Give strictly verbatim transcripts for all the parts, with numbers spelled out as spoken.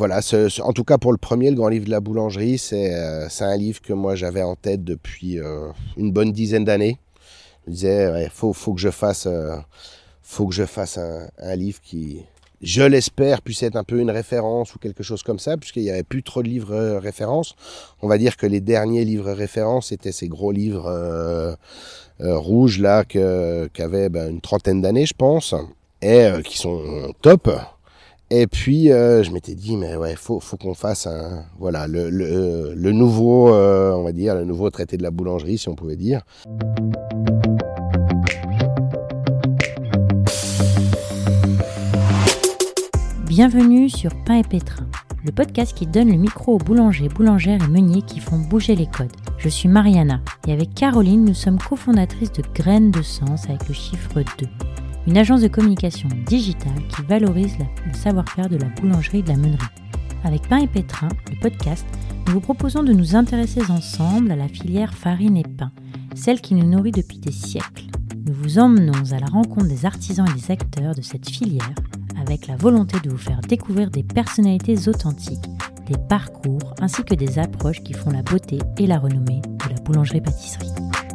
voilà, ce, ce, en tout cas pour le premier, le grand livre de la boulangerie, c'est, euh, c'est un livre que moi j'avais en tête depuis euh, une bonne dizaine d'années. Je me disais, ouais, faut, faut que je fasse, euh, faut que je fasse un, un livre qui, je l'espère, puisse être un peu une référence ou quelque chose comme ça, puisqu'il n'y avait plus trop de livres euh, références. On va dire que les derniers livres références étaient ces gros livres euh, euh, rouges là, que, qui avaient ben, une trentaine d'années, je pense, et euh, qui sont top. Et puis euh, je m'étais dit mais ouais faut faut qu'on fasse un voilà le le, le nouveau euh, on va dire le nouveau traité de la boulangerie si on pouvait dire. Bienvenue sur Pain et Pétrin, le podcast qui donne le micro aux boulangers, boulangères et meuniers qui font bouger les codes. Je suis Mariana et avec Caroline, nous sommes cofondatrices de Graines de Sens avec le chiffre deux. Une agence de communication digitale qui valorise la, le savoir-faire de la boulangerie et de la meunerie. Avec Pain et Pétrin, le podcast, nous vous proposons de nous intéresser ensemble à la filière farine et pain, celle qui nous nourrit depuis des siècles. Nous vous emmenons à la rencontre des artisans et des acteurs de cette filière, avec la volonté de vous faire découvrir des personnalités authentiques, des parcours ainsi que des approches qui font la beauté et la renommée de la boulangerie-pâtisserie.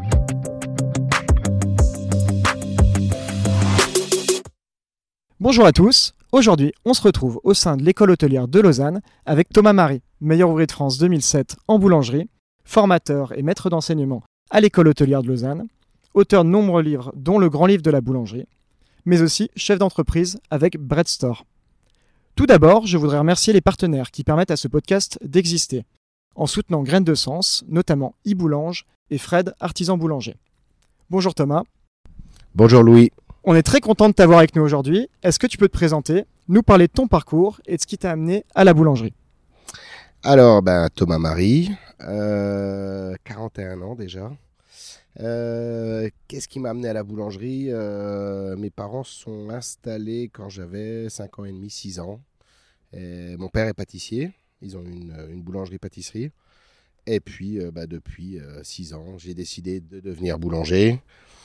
Bonjour à tous, aujourd'hui on se retrouve au sein de l'école hôtelière de Lausanne avec Thomas Marie, meilleur ouvrier de France deux mille sept en boulangerie, formateur et maître d'enseignement à l'école hôtelière de Lausanne, auteur de nombreux livres dont le grand livre de la boulangerie, mais aussi chef d'entreprise avec Bread Store. Tout d'abord, je voudrais remercier les partenaires qui permettent à ce podcast d'exister, en soutenant Graines de Sens, notamment iBoulange et Fred, artisan boulanger. Bonjour Thomas. Bonjour Louis. On est très content de t'avoir avec nous aujourd'hui. Est-ce que tu peux te présenter, nous parler de ton parcours et de ce qui t'a amené à la boulangerie ? Alors, ben, Thomas Marie, euh, quarante et un ans déjà. Euh, qu'est-ce qui m'a amené à la boulangerie ? euh, Mes parents se sont installés quand j'avais cinq ans et demi, six ans. Et mon père est pâtissier. Ils ont une, une boulangerie-pâtisserie. Et puis, euh, bah, depuis euh, six ans, j'ai décidé de devenir boulanger.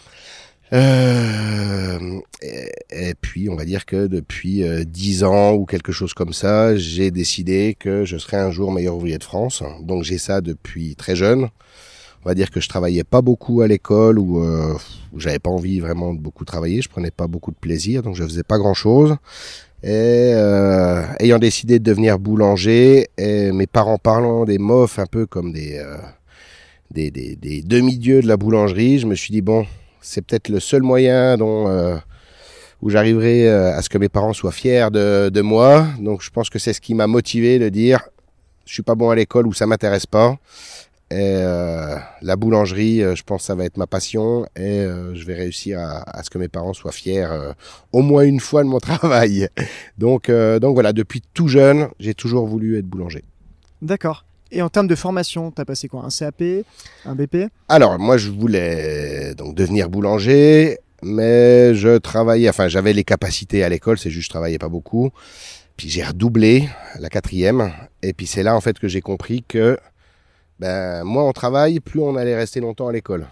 Euh, et, et puis on va dire que depuis euh, dix ans ou quelque chose comme ça, j'ai décidé que je serais un jour meilleur ouvrier de France. Donc j'ai ça depuis très jeune. On va dire que je travaillais pas beaucoup à l'école ou euh, j'avais pas envie vraiment de beaucoup travailler. Je prenais pas beaucoup de plaisir, donc je faisais pas grand chose. Et euh, ayant décidé de devenir boulanger, et mes parents parlant des mofs un peu comme des euh, des, des, des demi-dieux de la boulangerie, je me suis dit bon. C'est peut-être le seul moyen dont, euh, où j'arriverai euh, à ce que mes parents soient fiers de, de moi. Donc je pense que c'est ce qui m'a motivé de dire je suis pas bon à l'école ou ça m'intéresse pas. Et euh, la boulangerie, euh, je pense que ça va être ma passion et euh, je vais réussir à, à ce que mes parents soient fiers euh, au moins une fois de mon travail. Donc, euh, donc voilà, depuis tout jeune, j'ai toujours voulu être boulanger. D'accord. Et en termes de formation, tu as passé quoi ? Un C A P ? Un B P ? Alors, moi, je voulais donc devenir boulanger, mais je travaillais, enfin, j'avais les capacités à l'école, c'est juste que je travaillais pas beaucoup. Puis j'ai redoublé la quatrième, et puis c'est là, en fait, que j'ai compris que, ben, moins on travaille, plus on allait rester longtemps à l'école.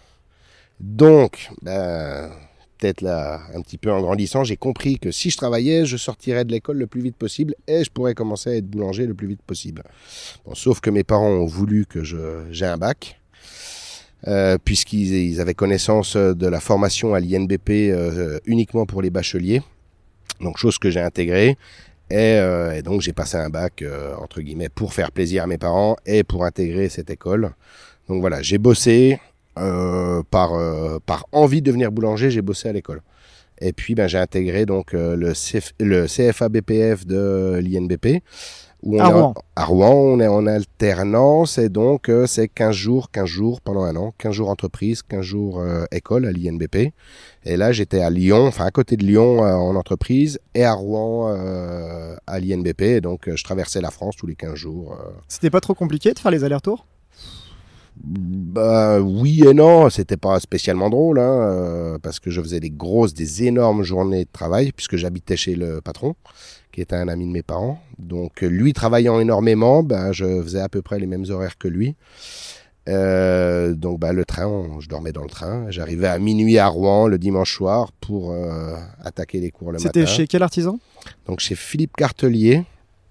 Donc, ben, peut-être là, un petit peu en grandissant, j'ai compris que si je travaillais, je sortirais de l'école le plus vite possible et je pourrais commencer à être boulanger le plus vite possible. Bon, sauf que mes parents ont voulu que je, j'ai un bac, euh, puisqu'ils ils avaient connaissance de la formation à l'I N B P euh, uniquement pour les bacheliers, donc chose que j'ai intégrée. Et, euh, et donc j'ai passé un bac, euh, entre guillemets, pour faire plaisir à mes parents et pour intégrer cette école. Donc voilà, j'ai bossé... Euh, par, euh, par envie de devenir boulanger, j'ai bossé à l'école. Et puis ben, j'ai intégré donc, euh, le, C F, le C F A B P F de l'I N B P. Où on à, est Rouen. En, à Rouen, on est en alternance et donc euh, c'est quinze jours, quinze jours pendant un an, quinze jours entreprise, quinze jours euh, école à l'I N B P. Et là j'étais à Lyon, enfin à côté de Lyon euh, en entreprise et à Rouen euh, à l'I N B P. Et donc euh, je traversais la France tous les quinze jours. Euh. C'était pas trop compliqué de faire les allers-retours ? Bah oui et non, c'était pas spécialement drôle, hein, euh, parce que je faisais des grosses, des énormes journées de travail, puisque j'habitais chez le patron, qui était un ami de mes parents. Donc lui travaillant énormément, bah, je faisais à peu près les mêmes horaires que lui. Euh, donc bah, le train, on, je dormais dans le train. J'arrivais à minuit à Rouen le dimanche soir pour euh, attaquer les cours le C'était matin. C'était chez quel artisan ? Donc chez Philippe Cartelier.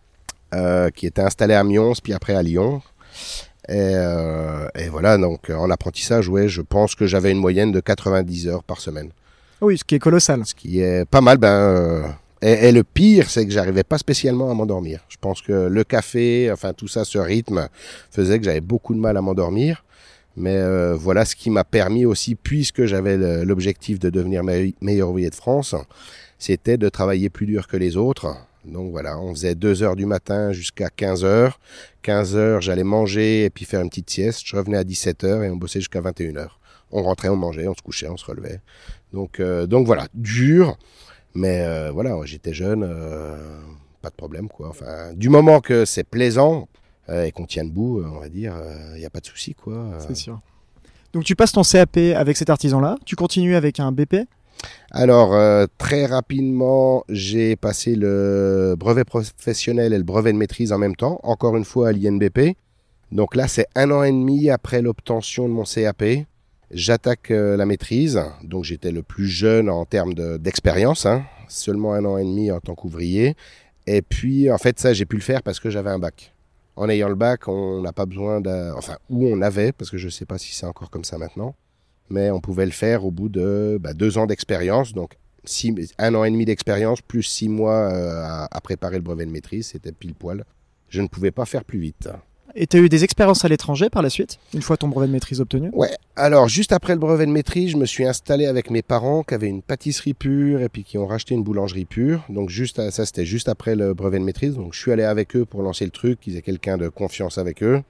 euh, qui était installé à Mions, puis après à Lyon. Et, euh, et voilà, donc en apprentissage, ouais, je pense que j'avais une moyenne de quatre-vingt-dix heures par semaine. Oui, ce qui est colossal. Ce qui est pas mal. Ben, euh, et, et le pire, c'est que j'arrivais pas spécialement à m'endormir. Je pense que le café, enfin tout ça, ce rythme, faisait que j'avais beaucoup de mal à m'endormir. Mais euh, voilà ce qui m'a permis aussi, puisque j'avais le, l'objectif de devenir me- meilleur ouvrier de France, c'était de travailler plus dur que les autres. Donc voilà, on faisait deux heures du matin jusqu'à quinze heures. quinze heures, j'allais manger et puis faire une petite sieste. Je revenais à dix-sept heures et on bossait jusqu'à vingt et une heures. On rentrait, on mangeait, on se couchait, on se relevait. Donc, euh, donc voilà, dur. Mais euh, voilà, j'étais jeune, euh, pas de problème quoi. Enfin, du moment que c'est plaisant euh, et qu'on tient debout, on va dire, il n'y a pas de souci quoi. C'est sûr. Donc tu passes ton C A P avec cet artisan-là, tu continues avec un B P. Alors, euh, très rapidement, j'ai passé le brevet professionnel et le brevet de maîtrise en même temps, encore une fois à l'I N B P. Donc là, c'est un an et demi après l'obtention de mon C A P. J'attaque euh, la maîtrise, donc j'étais le plus jeune en termes de, d'expérience, hein, seulement un an et demi en tant qu'ouvrier. Et puis, en fait, ça, j'ai pu le faire parce que j'avais un bac. En ayant le bac, on n'a pas besoin d'un... Enfin, où on avait, parce que je ne sais pas si c'est encore comme ça maintenant, mais on pouvait le faire au bout de bah, deux ans d'expérience, donc six, un an et demi d'expérience, plus six mois euh, à, à préparer le brevet de maîtrise, c'était pile poil. Je ne pouvais pas faire plus vite. Et tu as eu des expériences à l'étranger par la suite, une fois ton brevet de maîtrise obtenu? Ouais, alors juste après le brevet de maîtrise, je me suis installé avec mes parents qui avaient une pâtisserie pure et puis qui ont racheté une boulangerie pure. Donc juste à, ça, c'était juste après le brevet de maîtrise. Donc je suis allé avec eux pour lancer le truc, qu'ils aient quelqu'un de confiance avec eux.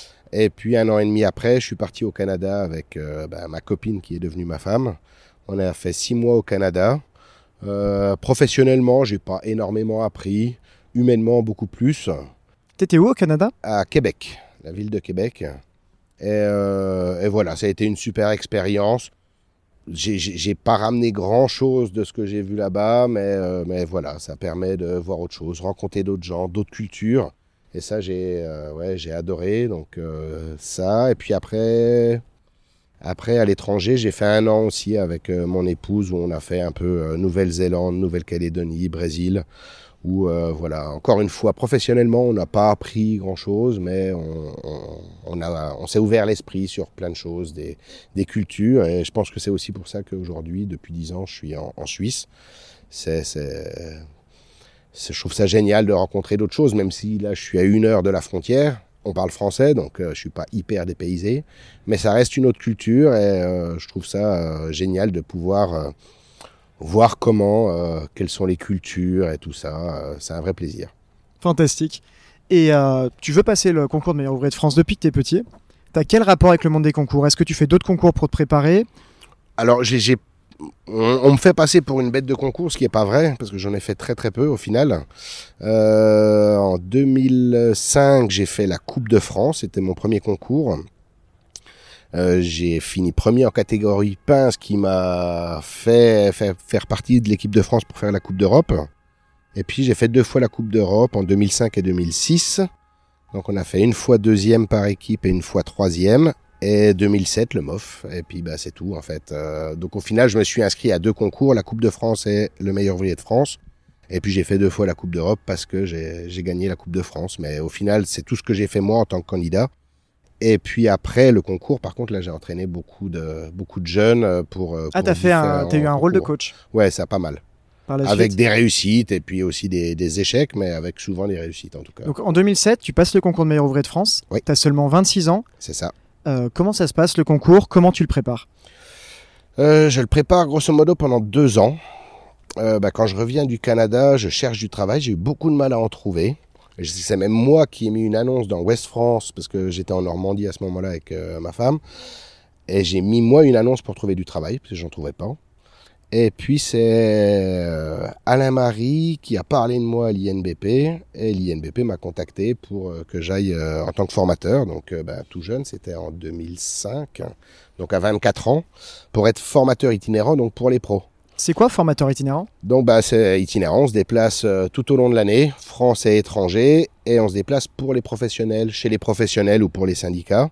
Et puis un an et demi après, je suis parti au Canada avec euh, bah, ma copine qui est devenue ma femme. On a fait six mois au Canada. Euh, professionnellement, j'ai pas énormément appris. Humainement, beaucoup plus. T'étais où au Canada? À Québec, la ville de Québec. Et, euh, et voilà, ça a été une super expérience. J'ai, j'ai, j'ai pas ramené grand-chose de ce que j'ai vu là-bas, mais, euh, mais voilà, ça permet de voir autre chose, rencontrer d'autres gens, d'autres cultures. Et ça, j'ai, euh, ouais, j'ai adoré. Donc euh, ça, et puis après, après à l'étranger, j'ai fait un an aussi avec euh, mon épouse où on a fait un peu euh, Nouvelle-Zélande, Nouvelle-Calédonie, Brésil. Où, euh, voilà, encore une fois, professionnellement, on n'a pas appris grand-chose, mais on, on, on, a, on s'est ouvert l'esprit sur plein de choses, des, des cultures. Et je pense que c'est aussi pour ça qu'aujourd'hui, depuis dix ans, je suis en, en Suisse. C'est, c'est, c'est, je trouve ça génial de rencontrer d'autres choses, même si là, je suis à une heure de la frontière. On parle français, donc euh, je ne suis pas hyper dépaysé. Mais ça reste une autre culture et euh, je trouve ça euh, génial de pouvoir... Euh, voir comment, euh, quelles sont les cultures et tout ça, euh, c'est un vrai plaisir. Fantastique. Et euh, tu veux passer le concours de meilleur ouvrier de France depuis que tu es petit. Tu as quel rapport avec le monde des concours? Est-ce que tu fais d'autres concours pour te préparer? Alors, j'ai, j'ai, on, on me fait passer pour une bête de concours, ce qui n'est pas vrai, parce que j'en ai fait très très peu au final. Euh, en deux mille cinq, j'ai fait la Coupe de France, c'était mon premier concours. Euh, j'ai fini premier en catégorie pain, ce qui m'a fait, fait faire partie de l'équipe de France pour faire la Coupe d'Europe. Et puis j'ai fait deux fois la Coupe d'Europe en deux mille cinq et deux mille six. Donc on a fait une fois deuxième par équipe et une fois troisième. Et deux mille sept le M O F. Et puis bah, c'est tout en fait. Euh, donc au final je me suis inscrit à deux concours, la Coupe de France et le meilleur ouvrier de France. Et puis j'ai fait deux fois la Coupe d'Europe parce que j'ai, j'ai gagné la Coupe de France. Mais au final c'est tout ce que j'ai fait moi en tant que candidat. Et puis après le concours, par contre, là, j'ai entraîné beaucoup de beaucoup de jeunes pour. pour ah, t'as fait un, t'as eu un rôle de coach. Ouais, ça pas mal. Par la avec suite. Des réussites et puis aussi des, des échecs, mais avec souvent des réussites en tout cas. Donc en deux mille sept, tu passes le concours de meilleur ouvrier de France. Oui. T'as seulement vingt-six ans. C'est ça. Euh, comment ça se passe le concours? Comment tu le prépares? euh, Je le prépare grosso modo pendant deux ans. Euh, bah, quand je reviens du Canada, je cherche du travail. J'ai eu beaucoup de mal à en trouver. C'est même moi qui ai mis une annonce dans Ouest France, parce que j'étais en Normandie à ce moment-là avec euh, ma femme. Et j'ai mis moi une annonce pour trouver du travail, parce que j'en trouvais pas. Et puis c'est euh, Alain Marie qui a parlé de moi à l'I N B P. Et l'I N B P m'a contacté pour euh, que j'aille euh, en tant que formateur. Donc euh, bah, tout jeune, c'était en deux mille cinq, donc à vingt-quatre ans, pour être formateur itinérant, donc pour les pros. C'est quoi formateur itinérant? Donc bah, c'est itinérant, on se déplace euh, tout au long de l'année, France et étranger, et on se déplace pour les professionnels, chez les professionnels ou pour les syndicats.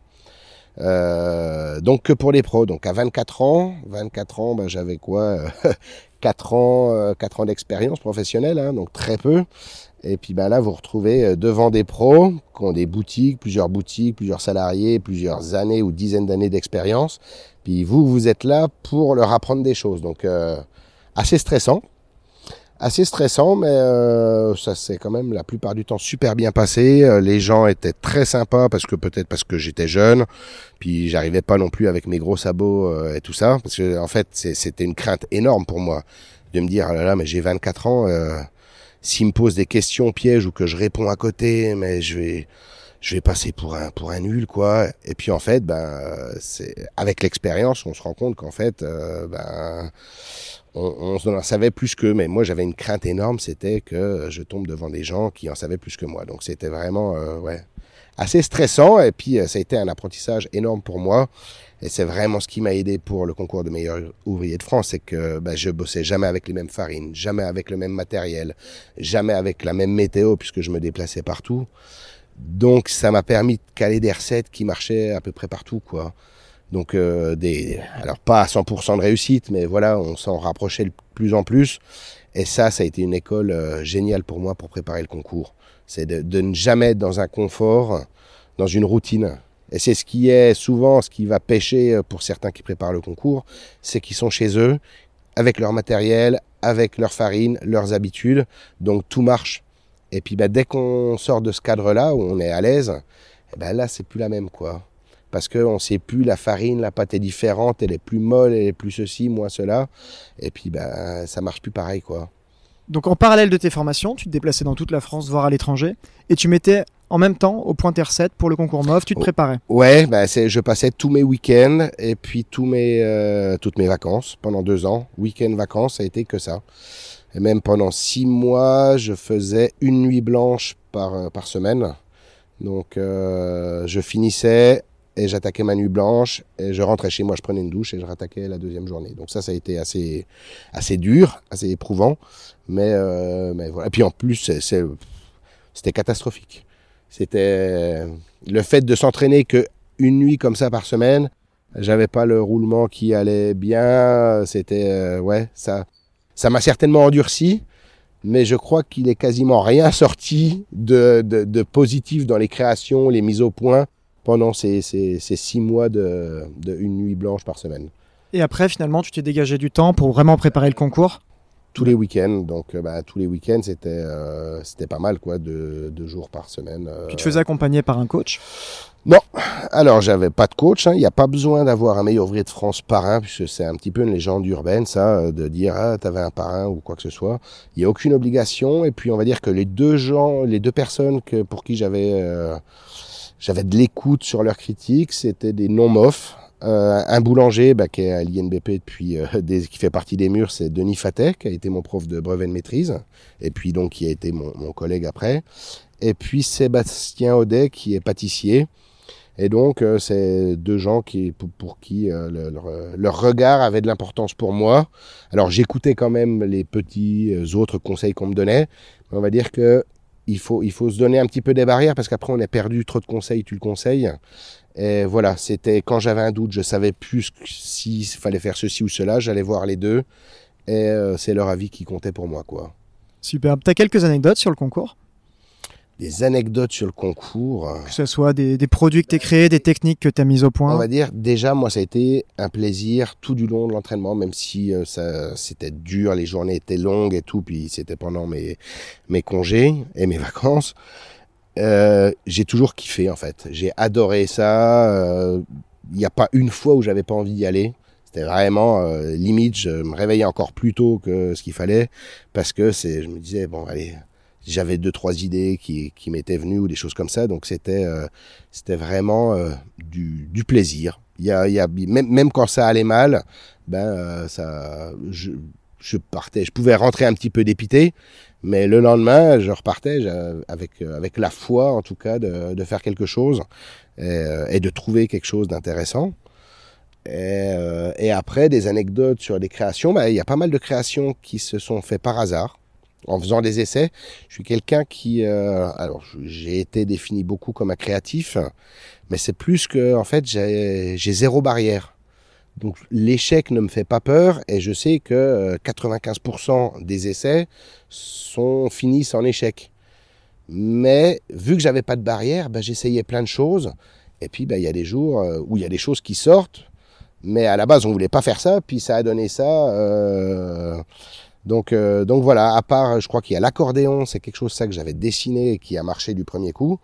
Euh, donc que pour les pros. Donc à vingt-quatre ans, vingt-quatre ans, bah, j'avais quoi quatre ans, euh, quatre ans d'expérience professionnelle, hein, donc très peu. Et puis ben là, vous vous retrouvez devant des pros qui ont des boutiques, plusieurs boutiques, plusieurs salariés, plusieurs années ou dizaines d'années d'expérience. Puis vous, vous êtes là pour leur apprendre des choses. Donc euh, assez stressant. Assez stressant, mais euh, ça s'est quand même la plupart du temps super bien passé. Euh, les gens étaient très sympas parce que peut-être parce que j'étais jeune, puis j'arrivais pas non plus avec mes gros sabots euh, et tout ça. Parce que en fait, c'est, c'était une crainte énorme pour moi de me dire, oh là là, mais j'ai vingt-quatre ans, euh, s'ils me posent des questions pièges ou que je réponds à côté, mais je vais, je vais passer pour un pour un nul quoi. Et puis en fait, ben, c'est avec l'expérience, on se rend compte qu'en fait, euh, ben On, on en savait plus qu'eux, mais moi j'avais une crainte énorme, c'était que je tombe devant des gens qui en savaient plus que moi. Donc c'était vraiment euh, ouais, assez stressant et puis euh, ça a été un apprentissage énorme pour moi. Et c'est vraiment ce qui m'a aidé pour le concours de meilleur ouvrier de France, c'est que bah, je bossais jamais avec les mêmes farines, jamais avec le même matériel, jamais avec la même météo puisque je me déplaçais partout. Donc ça m'a permis de caler des recettes qui marchaient à peu près partout quoi. Donc euh, des, alors pas à cent pour cent de réussite, mais voilà, on s'en rapprochait de plus en plus. Et ça, ça a été une école euh, géniale pour moi pour préparer le concours. C'est de, de ne jamais être dans un confort, dans une routine. Et c'est ce qui est souvent ce qui va pêcher pour certains qui préparent le concours, c'est qu'ils sont chez eux, avec leur matériel, avec leur farine, leurs habitudes. Donc tout marche. Et puis bah, dès qu'on sort de ce cadre-là, où on est à l'aise, eh ben, là, c'est plus la même quoi. Parce qu'on ne sait plus, la farine, la pâte est différente, elle est plus molle, elle est plus ceci, moins cela. Et puis, ben, ça marche plus pareil, quoi. Donc, en parallèle de tes formations, tu te déplaçais dans toute la France, voire à l'étranger, et tu mettais en même temps au point tes recettes pour le concours M O F, tu te préparais. Ouais, ben, c'est, je passais tous mes week-ends et puis tous mes, euh, toutes mes vacances pendant deux ans. Week-end, vacances, ça a été que ça. Et même pendant six mois, je faisais une nuit blanche par, par semaine. Donc, euh, je finissais... Et j'attaquais ma nuit blanche, et je rentrais chez moi, je prenais une douche et je rattaquais la deuxième journée. Donc ça, ça a été assez, assez dur, assez éprouvant. Mais, euh, mais voilà. Et puis en plus, c'est, c'est, c'était catastrophique. C'était le fait de s'entraîner que une nuit comme ça par semaine. J'avais pas le roulement qui allait bien. C'était, euh, ouais, ça, ça m'a certainement endurci. Mais je crois qu'il est quasiment rien sorti de, de, de positif dans les créations, les mises au point, pendant ces, ces, ces six mois de, de une nuit blanche par semaine. Et après, finalement, tu t'es dégagé du temps pour vraiment préparer le concours ? Tous les week-ends, donc bah, tous les week-ends, c'était, euh, c'était pas mal, quoi, deux, deux jours par semaine. Euh... Tu te faisais accompagner par un coach ? Non, alors j'avais pas de coach, hein. Il n'y a pas besoin d'avoir un meilleur ouvrier de France parrain, puisque c'est un petit peu une légende urbaine, ça, de dire ah, t'avais un parrain ou quoi que ce soit. Il n'y a aucune obligation, et puis on va dire que les deux gens, les deux personnes que, pour qui j'avais... Euh, J'avais de l'écoute sur leurs critiques, c'était des non-M O F. Euh, un boulanger bah, qui est à l'I N B P depuis, euh, des, qui fait partie des murs, c'est Denis Fatet, qui a été mon prof de brevet de maîtrise, et puis donc qui a été mon, mon collègue après. Et puis Sébastien Audet, qui est pâtissier. Et donc, euh, c'est deux gens qui, pour, pour qui euh, le, leur, leur regard avait de l'importance pour moi. Alors, j'écoutais quand même les petits euh, autres conseils qu'on me donnait, mais on va dire que Il faut, il faut se donner un petit peu des barrières parce qu'après on est perdu, trop de conseils, tu le conseilles. Et voilà, c'était quand j'avais un doute, je savais plus s'il fallait faire ceci ou cela, j'allais voir les deux et euh, c'est leur avis qui comptait pour moi, quoi. Super. Tu as quelques anecdotes sur le concours ? Des anecdotes sur le concours. Que ce soit des, des produits que tu as créés, des techniques que tu as mises au point. On va dire, déjà, moi, ça a été un plaisir tout du long de l'entraînement, même si euh, ça, c'était dur, les journées étaient longues et tout, puis c'était pendant mes, mes congés et mes vacances. Euh, j'ai toujours kiffé, en fait. J'ai adoré ça. Il euh, n'y a pas une fois où j'avais pas envie d'y aller. C'était vraiment, euh, limite, je me réveillais encore plus tôt que ce qu'il fallait, parce que c'est, je me disais, bon, allez... J'avais deux, trois idées qui, qui m'étaient venues ou des choses comme ça. Donc, c'était, euh, c'était vraiment euh, du, du plaisir. Il y a, il y a, même, même quand ça allait mal, ben, euh, ça, je, je partais. Je pouvais rentrer un petit peu dépité, mais le lendemain, je repartais avec, avec la foi, en tout cas, de, de faire quelque chose et, et de trouver quelque chose d'intéressant. Et, euh, et après, des anecdotes sur des créations. Ben, il y a pas mal de créations qui se sont faites par hasard. En faisant des essais, je suis quelqu'un qui... Euh, alors, j'ai été défini beaucoup comme un créatif, mais c'est plus que, en fait, j'ai, j'ai zéro barrière. Donc, l'échec ne me fait pas peur, et je sais que quatre-vingt-quinze pour cent des essais sont, finissent en échec. Mais vu que j'avais pas de barrière, ben, j'essayais plein de choses. Et puis, ben, il y a des jours euh, où il y a des choses qui sortent. Mais à la base, on voulait pas faire ça. Puis ça a donné ça. Euh... Donc, euh, donc voilà, à part, je crois qu'il y a l'accordéon. C'est quelque chose ça que j'avais dessiné et qui a marché du premier coup.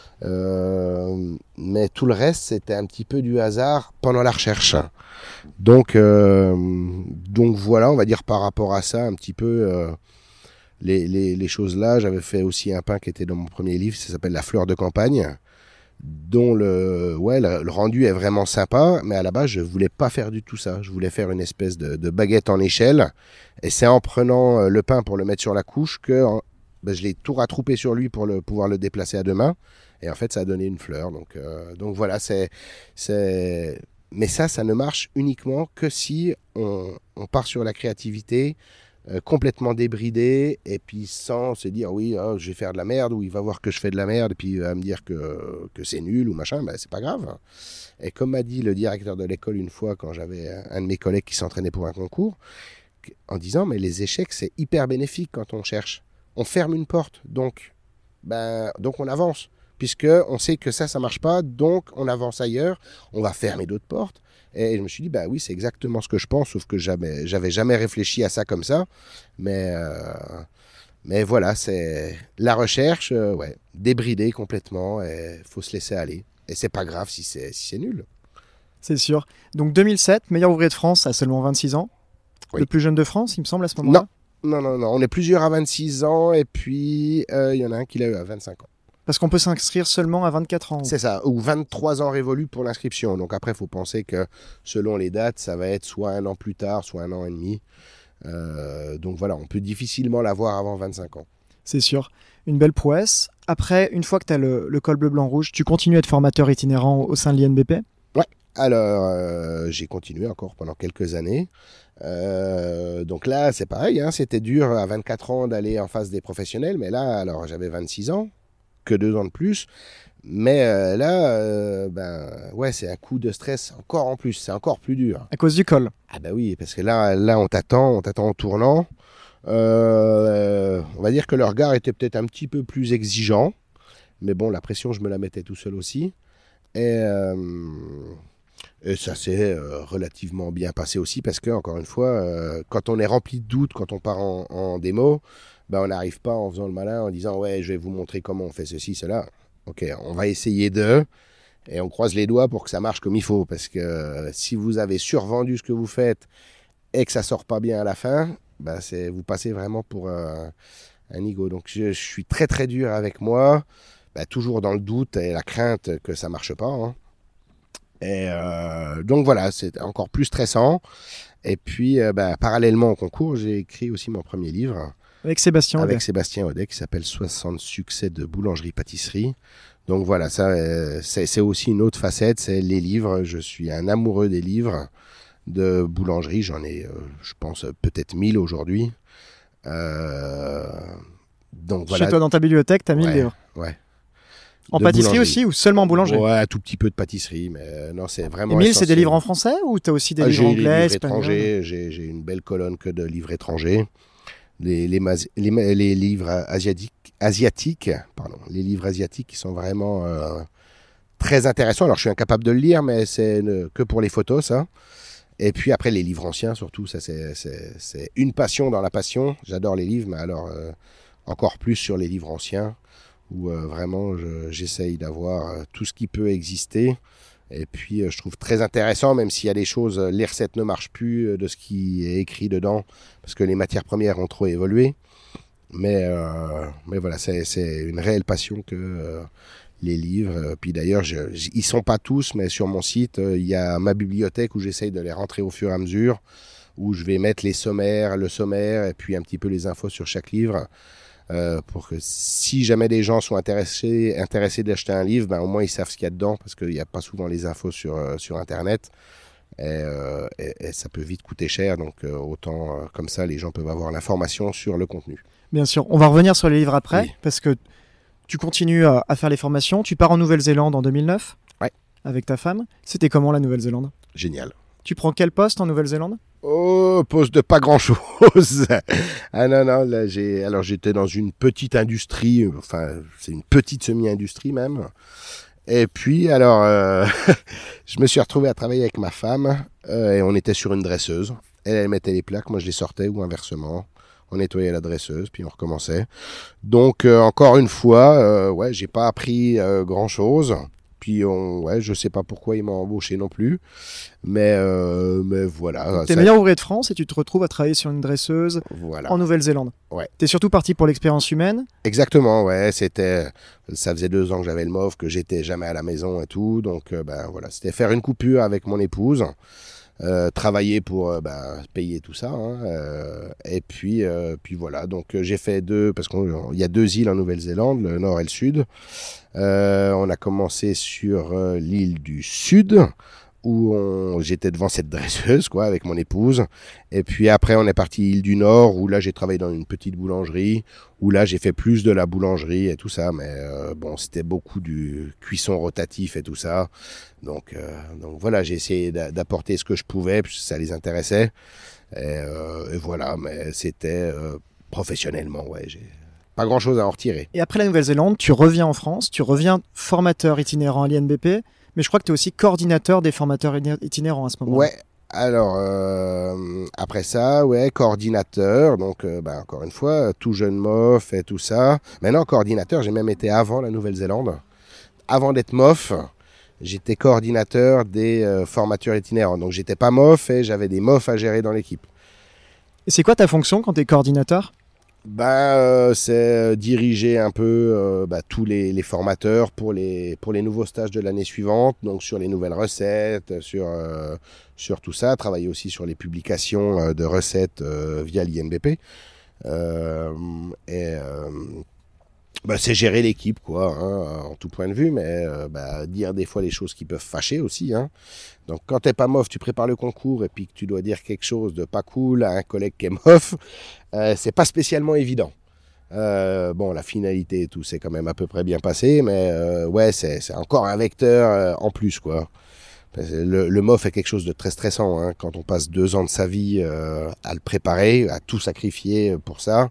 Euh, mais tout le reste, c'était un petit peu du hasard pendant la recherche. Donc, euh, donc voilà, on va dire par rapport à ça, un petit peu euh, les, les, les choses là. J'avais fait aussi un pain qui était dans mon premier livre, ça s'appelle La fleur de campagne, dont le, ouais, le, le rendu est vraiment sympa, mais à la base, je voulais pas faire du tout ça. Je voulais faire une espèce de, de baguette en échelle, et c'est en prenant le pain pour le mettre sur la couche que en, ben, je l'ai tout rattroupé sur lui pour le, pouvoir le déplacer à deux mains. Et en fait, ça a donné une fleur. Donc, euh, donc voilà, c'est, c'est... Mais ça, ça ne marche uniquement que si on, on part sur la créativité euh, complètement débridée et puis sans se dire, oui, oh, je vais faire de la merde ou il va voir que je fais de la merde et puis il va me dire que, que c'est nul ou machin. Ben, c'est pas grave. Et comme m'a dit le directeur de l'école une fois quand j'avais un de mes collègues qui s'entraînait pour un concours, en disant, mais les échecs, c'est hyper bénéfique quand on cherche. On ferme une porte, donc, ben, donc on avance. Puisqu'on sait que ça, ça ne marche pas, donc on avance ailleurs, on va fermer d'autres portes. Et je me suis dit, bah oui, c'est exactement ce que je pense, sauf que jamais, j'avais jamais réfléchi à ça comme ça. Mais, euh, mais voilà, c'est la recherche, euh, ouais, débridée complètement, et il faut se laisser aller. Et c'est pas grave si c'est, si c'est nul. C'est sûr. Donc deux mille sept, meilleur ouvrier de France à seulement vingt-six ans. Oui. Le plus jeune de France, il me semble, à ce moment-là. Non, non, non, non. On est plusieurs à vingt-six ans, et puis il euh, y en a un qui l'a eu à vingt-cinq ans. Parce qu'on peut s'inscrire seulement à vingt-quatre ans. C'est ça, ou vingt-trois ans révolus pour l'inscription. Donc après, il faut penser que selon les dates, ça va être soit un an plus tard, soit un an et demi. Euh, donc voilà, on peut difficilement l'avoir avant vingt-cinq ans. C'est sûr. Une belle prouesse. Après, une fois que tu as le, le col bleu, blanc, rouge, tu continues à être formateur itinérant au sein de l'I N B P ? Ouais, alors euh, j'ai continué encore pendant quelques années. Euh, donc là, c'est pareil, hein, c'était dur à vingt-quatre ans d'aller en face des professionnels, mais là, alors j'avais vingt-six ans. Que deux ans de plus, mais euh, là, euh, ben ouais, c'est un coup de stress encore en plus, c'est encore plus dur. À cause du col. Ah bah oui, parce que là, là, on t'attend, on t'attend en tournant. Euh, on va dire que le regard était peut-être un petit peu plus exigeant, mais bon, la pression, je me la mettais tout seul aussi, et, euh, et ça s'est euh, relativement bien passé aussi, parce que encore une fois, euh, quand on est rempli de doutes, quand on part en, en démo. Ben, on n'arrive pas en faisant le malin, en disant « Ouais, je vais vous montrer comment on fait ceci, cela. » Ok, on va essayer de, et on croise les doigts pour que ça marche comme il faut. Parce que euh, si vous avez survendu ce que vous faites et que ça ne sort pas bien à la fin, ben c'est, vous passez vraiment pour un, un ego. Donc je, je suis très très dur avec moi, ben, toujours dans le doute et la crainte que ça ne marche pas. Hein. Et euh, donc voilà, c'est encore plus stressant. Et puis, euh, ben, parallèlement au concours, j'ai écrit aussi mon premier livre. Avec Sébastien Audet. Avec Sébastien Audet, qui s'appelle soixante succès de boulangerie-pâtisserie. Donc voilà, ça, euh, c'est, c'est aussi une autre facette, c'est les livres. Je suis un amoureux des livres de boulangerie. J'en ai, euh, je pense, peut-être mille aujourd'hui. Euh, donc voilà. Chez toi, dans ta bibliothèque, tu as mille ouais, livres. Ouais. En de pâtisserie aussi ou seulement en boulangerie ? Ouais, un tout petit peu de pâtisserie, mais euh, non, c'est vraiment. Et mille, essentiel. c'est des livres en français ou tu as aussi des ah, livres j'ai anglais, des livres espagnols ? étrangers, j'ai, j'ai une belle colonne que de livres étrangers. Les, les, les, les livres asiatiques, asiatiques pardon, les livres asiatiques qui sont vraiment euh, très intéressants. Alors, je suis incapable de le lire, mais c'est ne, que pour les photos, ça. Et puis après, les livres anciens, surtout, ça, c'est, c'est, c'est une passion dans la passion. J'adore les livres, mais alors euh, encore plus sur les livres anciens, où euh, vraiment, je, j'essaye d'avoir euh, tout ce qui peut exister. Et puis, euh, je trouve très intéressant, même s'il y a des choses, euh, les recettes ne marchent plus euh, de ce qui est écrit dedans, parce que les matières premières ont trop évolué. Mais, euh, mais voilà, c'est, c'est une réelle passion que euh, les livres. Puis d'ailleurs, je, j, ils ne sont pas tous, mais sur mon site, euh, il y a ma bibliothèque où j'essaye de les rentrer au fur et à mesure, où je vais mettre les sommaires, le sommaire, et puis un petit peu les infos sur chaque livre. Euh, pour que si jamais des gens sont intéressés, intéressés d'acheter un livre, ben, au moins ils savent ce qu'il y a dedans, parce qu'il n'y a pas souvent les infos sur, euh, sur Internet, et, euh, et, et ça peut vite coûter cher, donc euh, autant euh, comme ça les gens peuvent avoir l'information sur le contenu. Bien sûr, on va revenir sur les livres après, oui. Parce que tu continues à, à faire les formations, tu pars en Nouvelle-Zélande en deux mille neuf, ouais. Avec ta femme. C'était comment la Nouvelle-Zélande ? Génial. Tu prends quel poste en Nouvelle-Zélande ? Oh, poste de pas grand-chose. Ah non, non, là, j'ai... Alors, j'étais dans une petite industrie, enfin, c'est une petite semi-industrie même. Et puis, alors, euh, je me suis retrouvé à travailler avec ma femme, euh, et on était sur une dresseuse. Elle, elle mettait les plaques, moi je les sortais, ou inversement. On nettoyait la dresseuse, puis on recommençait. Donc, euh, encore une fois, euh, ouais, j'ai pas appris euh, grand-chose. Puis, on, ouais, je sais pas pourquoi ils m'ont embauché non plus. Mais, euh, mais voilà. T'es ça... meilleur ouvrier de France et tu te retrouves à travailler sur une dresseuse voilà. en Nouvelle-Zélande. Ouais. T'es surtout parti pour l'expérience humaine. Exactement, ouais. C'était, ça faisait deux ans que j'avais le M O F, que j'étais jamais à la maison et tout. Donc, euh, ben voilà, c'était faire une coupure avec mon épouse. Euh, travailler pour euh, bah, payer tout ça, hein, euh, et puis, euh, puis voilà, donc euh, j'ai fait deux, parce qu'il y a deux îles en Nouvelle-Zélande, le nord et le sud. Euh, on a commencé sur euh, l'île du sud, où on, j'étais devant cette dresseuse, quoi, avec mon épouse. Et puis après, on est parti île du Nord, où là, j'ai travaillé dans une petite boulangerie, où là, j'ai fait plus de la boulangerie et tout ça. Mais euh, bon, c'était beaucoup du cuisson rotatif et tout ça. Donc, euh, donc voilà, j'ai essayé d'apporter ce que je pouvais, puisque ça les intéressait. Et, euh, et voilà, mais c'était euh, professionnellement, ouais, j'ai pas grand-chose à en retirer. Et après la Nouvelle-Zélande, tu reviens en France, tu reviens formateur itinérant à l'I N B P, mais je crois que tu es aussi coordinateur des formateurs itinérants à ce moment-là. Ouais, alors euh, après ça, ouais, coordinateur, donc euh, bah, encore une fois, tout jeune M O F et tout ça. Maintenant, coordinateur, j'ai même été avant la Nouvelle-Zélande. Avant d'être M O F, j'étais coordinateur des euh, formateurs itinérants. Donc j'étais pas M O F et j'avais des M O F à gérer dans l'équipe. Et c'est quoi ta fonction quand tu es coordinateur ? Ben, euh, c'est diriger un peu euh, bah, tous les, les formateurs pour les, pour les nouveaux stages de l'année suivante, donc sur les nouvelles recettes, sur, euh, sur tout ça, travailler aussi sur les publications euh, de recettes euh, via l'I N B P. Euh, et euh, bah, c'est gérer l'équipe, quoi, hein, en tout point de vue, mais euh, bah, dire des fois les choses qui peuvent fâcher aussi, hein. Donc quand t'es pas M O F, tu prépares le concours et puis que tu dois dire quelque chose de pas cool à un collègue qui est M O F, euh, c'est pas spécialement évident. Euh, bon, la finalité et tout, c'est quand même à peu près bien passé, mais euh, ouais, c'est, c'est encore un vecteur euh, en plus, quoi. Le, le M O F est quelque chose de très stressant, hein, quand on passe deux ans de sa vie euh, à le préparer, à tout sacrifier pour ça.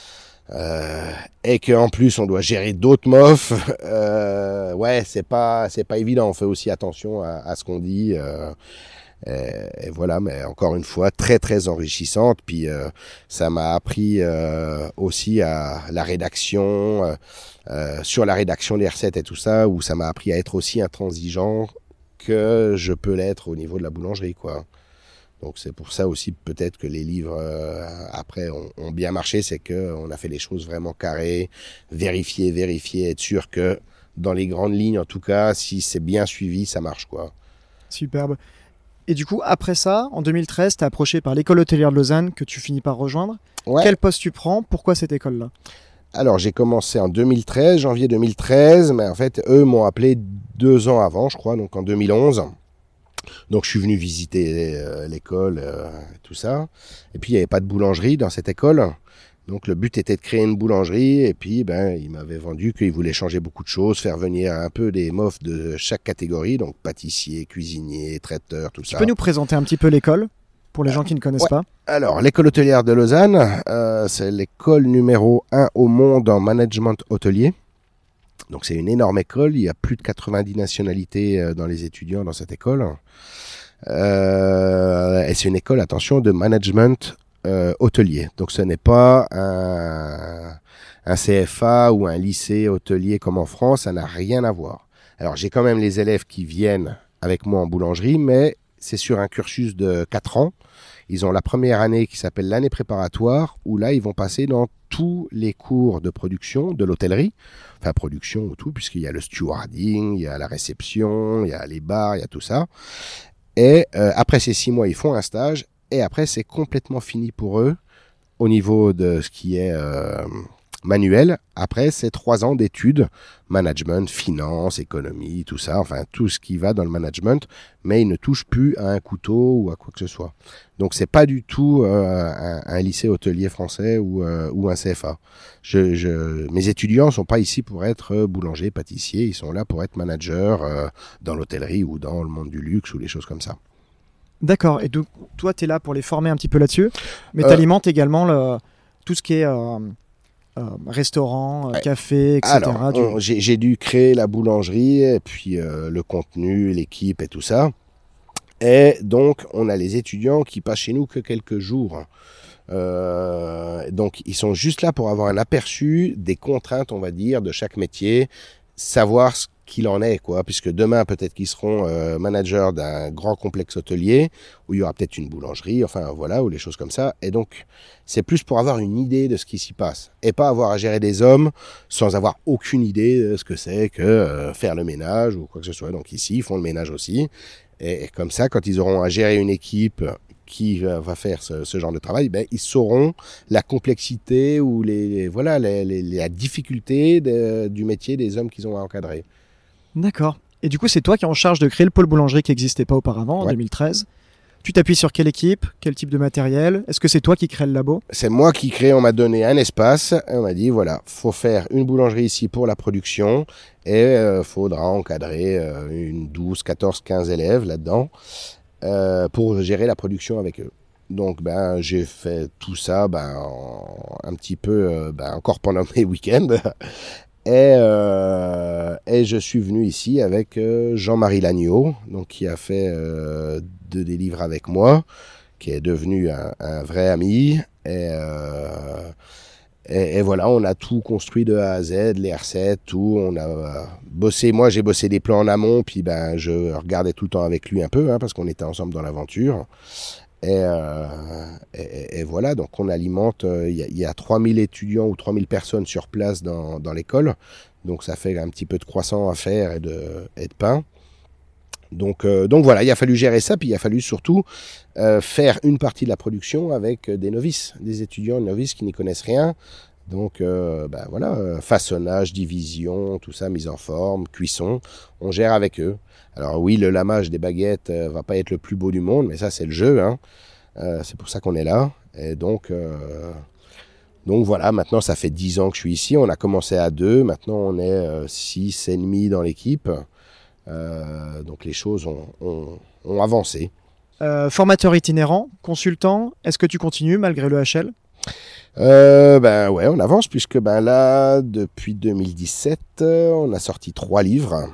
Euh, et qu'en plus on doit gérer d'autres M O F, euh, ouais, c'est pas c'est pas évident. On fait aussi attention à, à ce qu'on dit, euh, et, et voilà. Mais encore une fois, très très enrichissante. Puis euh, ça m'a appris euh, aussi à la rédaction, euh, euh, sur la rédaction des recettes et tout ça, où ça m'a appris à être aussi intransigeant que je peux l'être au niveau de la boulangerie, quoi. Donc c'est pour ça aussi peut-être que les livres euh, après ont, ont bien marché, c'est qu'on a fait les choses vraiment carrées, vérifier, vérifier, être sûr que dans les grandes lignes en tout cas, si c'est bien suivi, ça marche, quoi. Superbe. Et du coup, après ça, en deux mille treize, tu es approché par l'école hôtelière de Lausanne que tu finis par rejoindre. Ouais. Quel poste tu prends ? Pourquoi cette école-là ? Alors j'ai commencé en deux mille treize, janvier deux mille treize, mais en fait eux m'ont appelé deux ans avant, je crois, donc en deux mille onze. Donc je suis venu visiter euh, l'école, euh, tout ça. Et puis il n'y avait pas de boulangerie dans cette école. Donc le but était de créer une boulangerie. Et puis ben, ils m'avaient vendu qu'ils voulaient changer beaucoup de choses, faire venir un peu des M O F de chaque catégorie. Donc pâtissier, cuisinier, traiteur, tout tu ça. Tu peux nous présenter un petit peu l'école pour les gens qui ne connaissent ouais. pas ? Alors l'école hôtelière de Lausanne, euh, c'est l'école numéro un au monde en management hôtelier. Donc c'est une énorme école, il y a plus de quatre-vingt-dix nationalités dans les étudiants dans cette école. Euh, et c'est une école, attention, de management euh, hôtelier. Donc ce n'est pas un, un C F A ou un lycée hôtelier comme en France, ça n'a rien à voir. Alors j'ai quand même les élèves qui viennent avec moi en boulangerie, mais c'est sur un cursus de quatre ans. Ils ont la première année qui s'appelle l'année préparatoire, où là, ils vont passer dans tous les cours de production de l'hôtellerie. Enfin, production ou tout, puisqu'il y a le stewarding, il y a la réception, il y a les bars, il y a tout ça. Et euh, après ces six mois, ils font un stage. Et après, c'est complètement fini pour eux au niveau de ce qui est euh, manuel. Après, c'est trois ans d'études, management, finance, économie, tout ça. Enfin, tout ce qui va dans le management. Mais ils ne touchent plus à un couteau ou à quoi que ce soit. Donc, c'est pas du tout euh, un, un lycée hôtelier français ou, euh, ou un C F A. Je, je, mes étudiants sont pas ici pour être boulanger, pâtissier. Ils sont là pour être managers euh, dans l'hôtellerie ou dans le monde du luxe ou les choses comme ça. D'accord. Et donc, toi, tu es là pour les former un petit peu là-dessus, mais Euh, tu alimentes également le, tout ce qui est euh, euh, restaurant, euh, Ouais. café, et cetera. Alors, du- on- j'ai, j'ai dû créer la boulangerie, et puis euh, le contenu, l'équipe et tout ça. Et donc, on a les étudiants qui passent chez nous que quelques jours. Euh, donc, ils sont juste là pour avoir un aperçu des contraintes, on va dire, de chaque métier, savoir ce qu'il en est, quoi. Puisque demain, peut-être qu'ils seront euh, managers d'un grand complexe hôtelier, où il y aura peut-être une boulangerie, enfin voilà, ou les choses comme ça. Et donc, c'est plus pour avoir une idée de ce qui s'y passe, et pas avoir à gérer des hommes sans avoir aucune idée de ce que c'est que euh, faire le ménage ou quoi que ce soit. Donc ici, ils font le ménage aussi. Et comme ça, quand ils auront à gérer une équipe qui va faire ce, ce genre de travail, ben, ils sauront la complexité ou les, les- voilà, les, les- la difficulté de- du métier des hommes qu'ils ont à encadrer. D'accord. Et du coup, c'est toi qui es en charge de créer le pôle boulangerie qui n'existait pas auparavant, en Ouais. deux mille treize. Tu t'appuies sur quelle équipe? Quel type de matériel? Est-ce que c'est toi qui crée le labo? C'est moi qui crée, on m'a donné un espace, et on m'a dit, voilà, faut faire une boulangerie ici pour la production, et euh, faudra encadrer euh, une douze, quatorze, quinze élèves là-dedans, euh, pour gérer la production avec eux. Donc, ben, j'ai fait tout ça, ben, en- un petit peu, euh, ben, encore pendant mes week-ends. Et, euh, et je suis venu ici avec euh, Jean-Marie Lagneau, donc qui a fait euh, deux des livres avec moi, qui est devenu un, un vrai ami. Et, euh, et, et voilà, on a tout construit de A à Z, les recettes, tout. On a euh, bossé, moi j'ai bossé des plans en amont, puis ben je regardais tout le temps avec lui un peu, hein, parce qu'on était ensemble dans l'aventure. Et, euh, et, et voilà, donc on alimente, il euh, y, y a trois mille étudiants ou trois mille personnes sur place dans, dans l'école, donc ça fait un petit peu de croissant à faire et de, et de pain. Donc, euh, donc voilà, il a fallu gérer ça, puis il a fallu surtout euh, faire une partie de la production avec des novices, des étudiants novices qui n'y connaissent rien. Donc euh, ben voilà, euh, façonnage, division, tout ça, mise en forme, cuisson, on gère avec eux. Alors oui, le lamage des baguettes euh, va pas être le plus beau du monde, mais ça c'est le jeu, hein. Euh, c'est pour ça qu'on est là. Et donc, euh, donc voilà, maintenant ça fait dix ans que je suis ici, on a commencé à deux, maintenant on est euh, six et demi dans l'équipe. Euh, donc les choses ont, ont, ont avancé. Euh, formateur itinérant, consultant, est-ce que tu continues malgré le H L? Euh, ben ouais, on avance puisque ben là, depuis deux mille dix-sept, euh, on a sorti trois livres.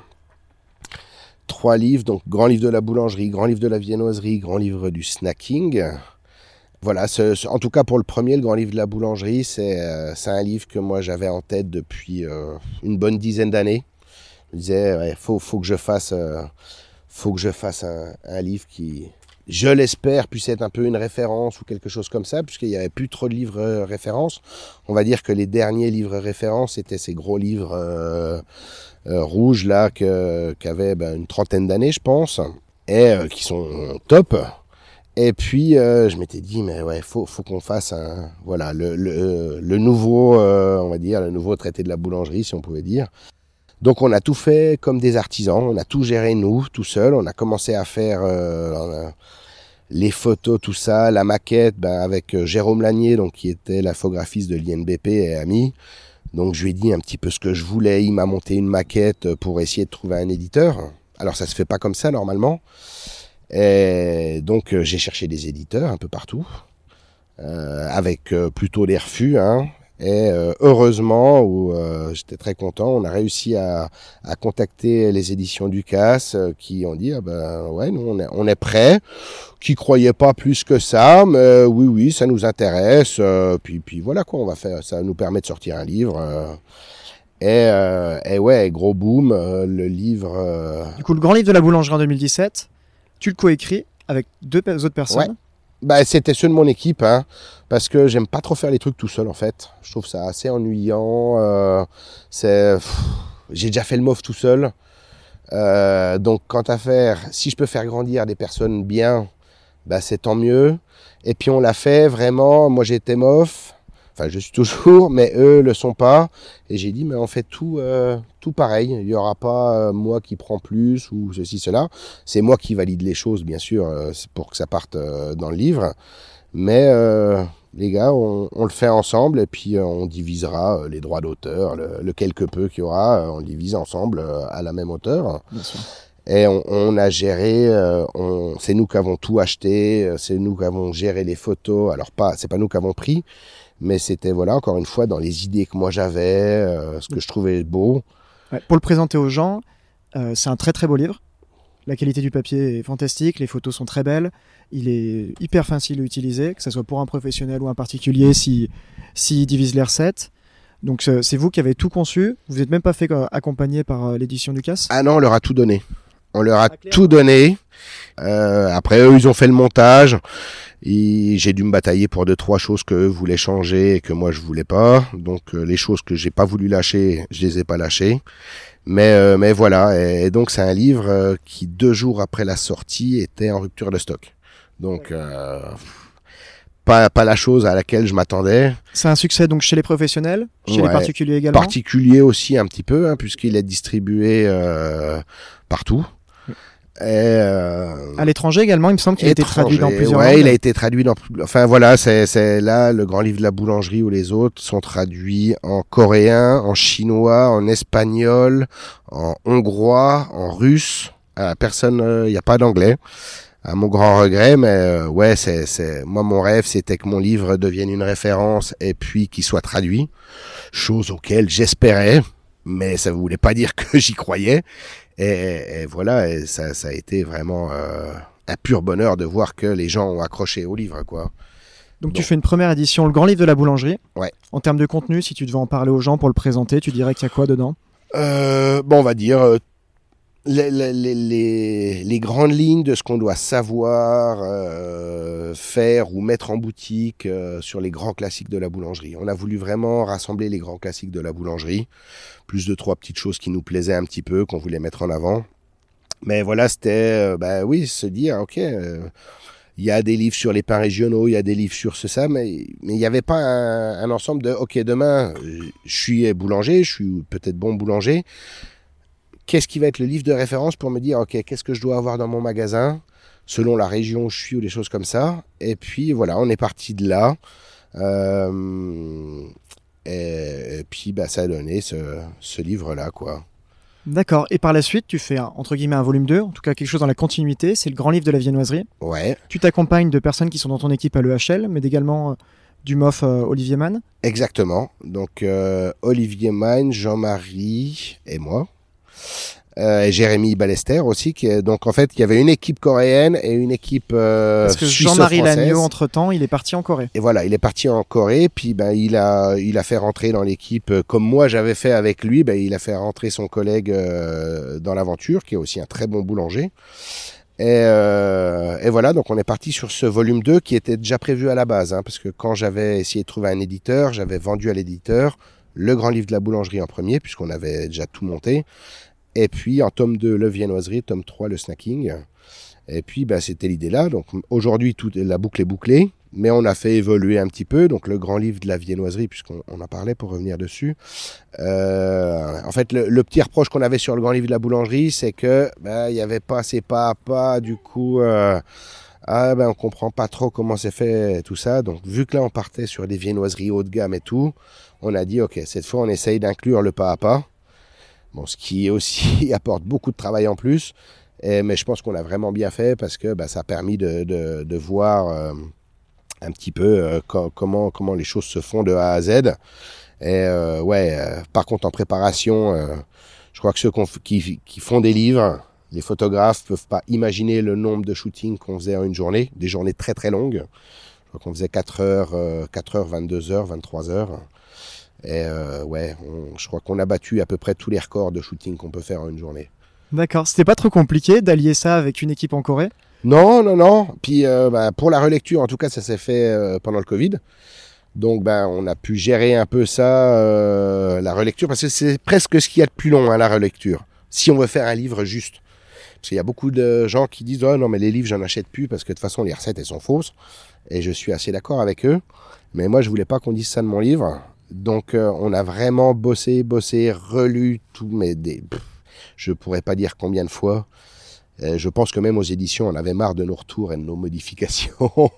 Trois livres, donc grand livre de la boulangerie, grand livre de la viennoiserie, grand livre du snacking. Voilà, ce, ce, en tout cas pour le premier, le grand livre de la boulangerie, c'est euh, c'est un livre que moi j'avais en tête depuis euh, une bonne dizaine d'années. Je me disais, ouais, faut, faut que je fasse, euh, faut que je fasse un, un livre qui, je l'espère, puisse être un peu une référence ou quelque chose comme ça, puisqu'il n'y avait plus trop de livres euh, références. On va dire que les derniers livres références étaient ces gros livres euh, euh, rouges là, que, qui avaient ben, une trentaine d'années, je pense, et euh, qui sont top. Et puis euh, je m'étais dit, mais ouais, faut, faut qu'on fasse un, voilà, le, le, le nouveau, euh, on va dire, le nouveau traité de la boulangerie, si on pouvait dire. Donc on a tout fait comme des artisans, on a tout géré nous, tout seul. On a commencé à faire euh, les photos, tout ça, la maquette, ben, avec euh, Jérôme Lagnier, donc qui était l'infographiste de l'I N B P et ami. Donc je lui ai dit un petit peu ce que je voulais. Il m'a monté une maquette pour essayer de trouver un éditeur. Alors ça se fait pas comme ça normalement. Et donc euh, j'ai cherché des éditeurs un peu partout, euh, avec euh, plutôt des refus, hein. Et euh, heureusement, où euh, j'étais très content, on a réussi à, à contacter les éditions Ducasse euh, qui ont dit ah ben ouais, nous on est, on est prêts, qui croyaient pas plus que ça, mais euh, oui oui ça nous intéresse. Euh, puis puis voilà quoi, on va faire, ça nous permet de sortir un livre. Euh, et, euh, et ouais, gros boom, euh, le livre. Euh... Du coup, le grand livre de la boulangerie en deux mille dix-sept, tu le coécris avec deux pe- autres personnes. Ouais. Bah, c'était ceux de mon équipe, hein, parce que j'aime pas trop faire les trucs tout seul en fait. Je trouve ça assez ennuyant. Euh, c'est, pff, j'ai déjà fait le M O F tout seul. Euh, donc quant à faire, si je peux faire grandir des personnes bien, bah, c'est tant mieux. Et puis on l'a fait vraiment. Moi j'étais M O F, enfin je suis toujours, mais eux le sont pas. Et j'ai dit mais on fait tout, euh, tout pareil. Il y aura pas euh, moi qui prends plus ou ceci cela. C'est moi qui valide les choses bien sûr euh, pour que ça parte euh, dans le livre. Mais euh, les gars, on, on le fait ensemble et puis euh, on divisera euh, les droits d'auteur, le, le quelque peu qu'il y aura, euh, on le divise ensemble euh, à la même hauteur. Bien sûr. Et on, on a géré, euh, on, c'est nous qui avons tout acheté, c'est nous qui avons géré les photos. Alors pas, c'est pas nous qui avons pris, mais c'était voilà encore une fois dans les idées que moi j'avais, euh, ce que je trouvais beau. Ouais, pour le présenter aux gens, euh, c'est un très très beau livre. La qualité du papier est fantastique, les photos sont très belles. Il est hyper facile à utiliser, que ce soit pour un professionnel ou un particulier, si, si divise les recettes. Donc c'est vous qui avez tout conçu. Vous n'êtes même pas fait accompagner par l'édition Ducasse? Ah non, on leur a tout donné. On leur a ah, tout donné. Euh, après, eux, ils ont fait le montage. Et j'ai dû me batailler pour deux, trois choses qu'eux voulaient changer et que moi, je voulais pas. Donc, euh, les choses que j'ai pas voulu lâcher, je les ai pas lâchées. Mais, euh, mais voilà. Et, et donc, c'est un livre euh, qui, deux jours après la sortie, était en rupture de stock. Donc, euh, pas, pas la chose à laquelle je m'attendais. C'est un succès donc chez les professionnels, chez ouais, les particuliers également. Particuliers aussi un petit peu, hein, puisqu'il est distribué euh, partout. Et euh, à l'étranger également, il me semble qu'il a été traduit dans plusieurs ouais, langues. il a été traduit dans. Enfin voilà, c'est c'est là le grand livre de la boulangerie où les autres sont traduits en coréen, en chinois, en espagnol, en hongrois, en russe. Euh, personne, il euh, n'y a pas d'anglais. À mon grand regret, mais euh, ouais, c'est c'est moi mon rêve, c'était que mon livre devienne une référence et puis qu'il soit traduit. Chose auquel j'espérais, mais ça ne voulait pas dire que j'y croyais. Et, et voilà, et ça, ça a été vraiment euh, un pur bonheur de voir que les gens ont accroché au livre, quoi. Donc bon. Tu fais une première édition, le grand livre de la boulangerie. Ouais. En termes de contenu, si tu devais en parler aux gens pour le présenter, tu dirais qu'il y a quoi dedans? euh, Bon, on va dire euh, les, les, les, les grandes lignes de ce qu'on doit savoir euh, faire ou mettre en boutique euh, sur les grands classiques de la boulangerie. On a voulu vraiment rassembler les grands classiques de la boulangerie. Plus de trois petites choses qui nous plaisaient un petit peu, qu'on voulait mettre en avant. Mais voilà, c'était, euh, bah oui, se dire, ok, il euh, y a des livres sur les pains régionaux, il y a des livres sur ce, ça, mais il n'y avait pas un, un ensemble de, ok, demain, je suis boulanger, je suis peut-être bon boulanger. Qu'est-ce qui va être le livre de référence pour me dire, ok, qu'est-ce que je dois avoir dans mon magasin, selon la région où je suis ou des choses comme ça. Et puis voilà, on est parti de là. Euh, Et, et puis, bah, ça a donné ce, ce livre-là, quoi. D'accord. Et par la suite, tu fais, un, entre guillemets, un volume deux, en tout cas quelque chose dans la continuité. C'est le grand livre de la viennoiserie. Ouais. Tu t'accompagnes de personnes qui sont dans ton équipe à l'E H L, mais également euh, du M O F euh, Olivier Mann. Exactement. Donc, euh, Olivier Mann, Jean-Marie et moi. Euh, et Jérémy Ballester aussi. Qui est, donc, en fait, il y avait une équipe coréenne et une équipe euh, Parce que Jean-Marie Lagneau, entre-temps, il est parti en Corée. Et voilà, il est parti en Corée. Puis, ben, il a, il a fait rentrer dans l'équipe, euh, comme moi j'avais fait avec lui, ben, il a fait rentrer son collègue euh, dans l'aventure, qui est aussi un très bon boulanger. Et, euh, et voilà, donc on est parti sur ce volume deux qui était déjà prévu à la base. Hein, parce que quand j'avais essayé de trouver un éditeur, j'avais vendu à l'éditeur le grand livre de la boulangerie en premier, puisqu'on avait déjà tout monté. Et puis en tome deux, le viennoiserie, tome trois, le snacking. Et puis bah, c'était l'idée là. Donc aujourd'hui, tout, la boucle est bouclée, mais on a fait évoluer un petit peu. Donc le grand livre de la viennoiserie, puisqu'on on en parlait pour revenir dessus. Euh, en fait, le, le petit reproche qu'on avait sur le grand livre de la boulangerie, c'est que bah, il n'y avait pas assez pas à pas. Du coup, euh, ah, ben, on comprend pas trop comment c'est fait tout ça. Donc vu que là, on partait sur des viennoiseries haut de gamme et tout, on a dit, ok, cette fois, on essaye d'inclure le pas à pas. Bon, ce qui aussi apporte beaucoup de travail en plus, et, mais je pense qu'on a vraiment bien fait parce que bah, ça a permis de, de, de voir euh, un petit peu euh, co- comment, comment les choses se font de A à Z. Et euh, ouais, euh, par contre en préparation, euh, je crois que ceux qui, qui font des livres, les photographes peuvent pas imaginer le nombre de shootings qu'on faisait en une journée, des journées très très longues. Je crois qu'on faisait quatre heures, euh, quatre heures, vingt-deux heures, vingt-trois heures. Et euh, ouais, on, je crois qu'on a battu à peu près tous les records de shooting qu'on peut faire en une journée. D'accord. C'était pas trop compliqué d'allier ça avec une équipe en Corée? Non, non, non. Puis euh, bah, pour la relecture, en tout cas, ça s'est fait euh, pendant le Covid. Donc, bah, on a pu gérer un peu ça, euh, la relecture, parce que c'est presque ce qu'il y a de plus long, hein, la relecture. Si on veut faire un livre juste. Parce qu'il y a beaucoup de gens qui disent « Oh non, mais les livres, j'en achète plus parce que de toute façon, les recettes, elles sont fausses. » Et je suis assez d'accord avec eux. Mais moi, je voulais pas qu'on dise ça de mon livre. Donc, euh, on a vraiment bossé, bossé, relu tout, mais des, pff, je pourrais pas dire combien de fois. Euh, je pense que même aux éditions, on avait marre de nos retours et de nos modifications.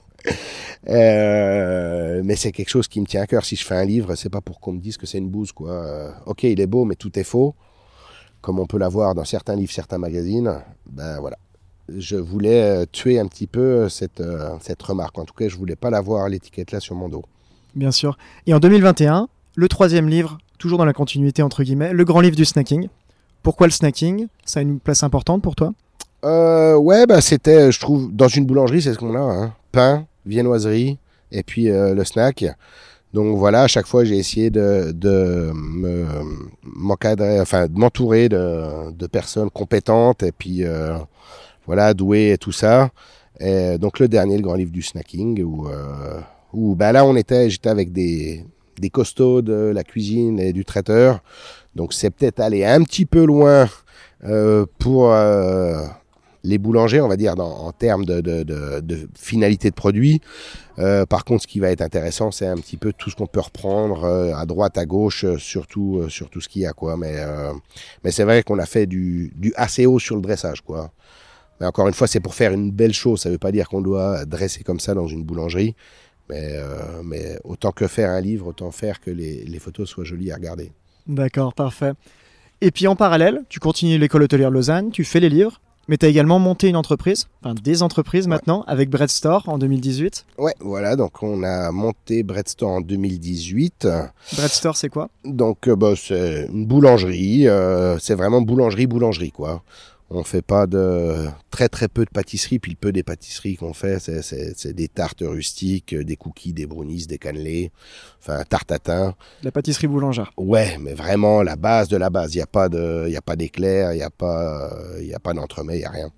euh, mais c'est quelque chose qui me tient à cœur. Si je fais un livre, c'est pas pour qu'on me dise que c'est une bouse, quoi. Euh, ok, il est beau, mais tout est faux, comme on peut l'avoir dans certains livres, certains magazines. ben voilà. Je voulais euh, tuer un petit peu cette, euh, cette remarque. En tout cas, je voulais pas l'avoir l'étiquette là sur mon dos. Bien sûr. Et en deux mille vingt et un, le troisième livre, toujours dans la continuité entre guillemets, le grand livre du snacking. Pourquoi le snacking? Ça a une place importante pour toi? euh, Ouais, bah c'était, je trouve, dans une boulangerie, c'est ce qu'on a. Hein. Pain, viennoiserie, et puis euh, le snack. Donc voilà, à chaque fois, j'ai essayé de, de me, m'encadrer, enfin, de m'entourer de, de personnes compétentes et puis euh, voilà, douées et tout ça. Et donc le dernier, le grand livre du snacking, où, euh, où ben là, on était, j'étais avec des, des costauds de la cuisine et du traiteur. Donc c'est peut-être aller un petit peu loin euh, pour euh, les boulangers, on va dire, dans, en termes de, de, de, de finalité de produit. Euh, par contre, ce qui va être intéressant, c'est un petit peu tout ce qu'on peut reprendre euh, à droite, à gauche, euh, surtout euh, sur tout ce qu'il y a, quoi. Mais, euh, mais c'est vrai qu'on a fait du, du assez haut sur le dressage, quoi. Mais encore une fois, c'est pour faire une belle chose. Ça ne veut pas dire qu'on doit dresser comme ça dans une boulangerie. Mais, euh, mais autant que faire un livre, autant faire que les, les photos soient jolies à regarder. D'accord, parfait. Et puis en parallèle, tu continues l'école hôtelière Lausanne, tu fais les livres, mais tu as également monté une entreprise, enfin des entreprises ouais. maintenant, avec Bread Store en deux mille dix-huit. Ouais, voilà, donc on a monté Bread Store en deux mille dix-huit. Bread Store, c'est quoi? Donc euh, bah, c'est une boulangerie, euh, c'est vraiment boulangerie-boulangerie, quoi. On fait pas de très très peu de pâtisserie, puis le peu des pâtisseries qu'on fait, c'est, c'est, c'est des tartes rustiques, des cookies, des brownies, des cannelés, enfin tarte à thym. La pâtisserie boulangère. Ouais, mais vraiment la base de la base. Il y a pas de, il y a pas d'éclair, il y a pas, il y a pas d'entremets, il y a rien.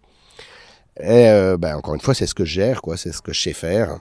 Et euh, ben encore une fois, c'est ce que je gère, quoi, c'est ce que je sais faire.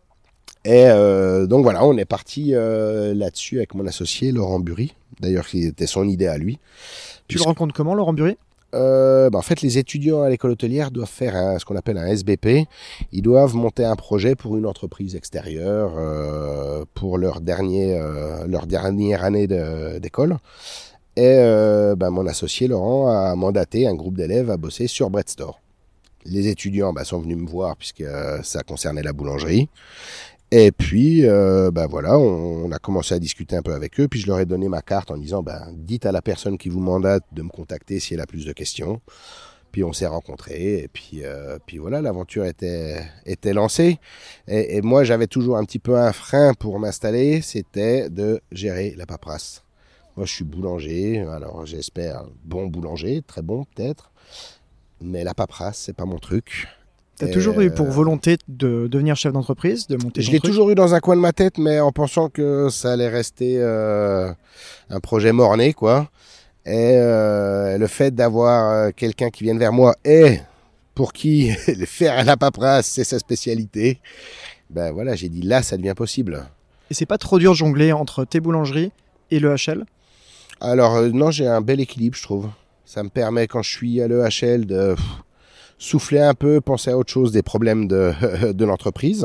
Et euh, donc voilà, on est parti euh, là-dessus avec mon associé Laurent Bury. D'ailleurs, c'était son idée à lui. Tu Puisque... le rencontres comment, Laurent Bury? Euh, bah en fait, les étudiants à l'école hôtelière doivent faire un, ce qu'on appelle un S B P. Ils doivent monter un projet pour une entreprise extérieure euh, pour leur, dernier, euh, leur dernière année de, d'école. Et euh, bah, mon associé Laurent a mandaté un groupe d'élèves à bosser sur Bread Store. Les étudiants bah, sont venus me voir puisque euh, ça concernait la boulangerie. Et puis, euh, ben voilà, on, on a commencé à discuter un peu avec eux. Puis je leur ai donné ma carte en disant, ben, dites à la personne qui vous mandate de me contacter si elle a plus de questions. Puis on s'est rencontrés. Et puis, euh, puis voilà, l'aventure était, était lancée. Et, et moi, j'avais toujours un petit peu un frein pour m'installer, c'était de gérer la paperasse. Moi, je suis boulanger. Alors, j'espère bon boulanger, très bon peut-être. Mais la paperasse, c'est pas mon truc. Tu as toujours eu pour volonté de devenir chef d'entreprise, de monter Je l'ai truc. toujours eu dans un coin de ma tête, mais en pensant que ça allait rester euh, un projet mort-né, quoi. Et euh, le fait d'avoir quelqu'un qui vienne vers moi et pour qui faire la paperasse, c'est sa spécialité, ben voilà, j'ai dit là, ça devient possible. Et c'est pas trop dur de jongler entre tes boulangeries et le H L? Alors euh, non, j'ai un bel équilibre, je trouve. Ça me permet, quand je suis à l'E H L, de... Pff, souffler un peu, penser à autre chose des problèmes de, de l'entreprise.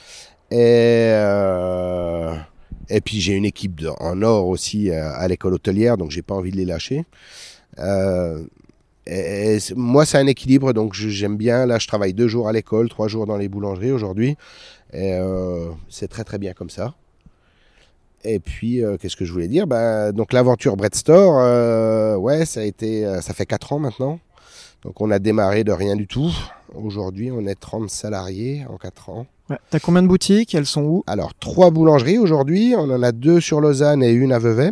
Et, euh, et puis j'ai une équipe de, en or aussi à, à l'école hôtelière, donc j'ai pas envie de les lâcher. Euh, et, et moi, c'est un équilibre, donc j'aime bien. Là, je travaille deux jours à l'école, trois jours dans les boulangeries aujourd'hui. Et euh, c'est très très bien comme ça. Et puis, euh, qu'est-ce que je voulais dire? Ben, donc l'aventure Bread Store, euh, ouais, ça a été, ça fait quatre ans maintenant. Donc on a démarré de rien du tout. Aujourd'hui, on est trente salariés en quatre ans. Ouais. T'as combien de boutiques? Elles sont où? Alors, trois boulangeries aujourd'hui. On en a deux sur Lausanne et une à Vevey.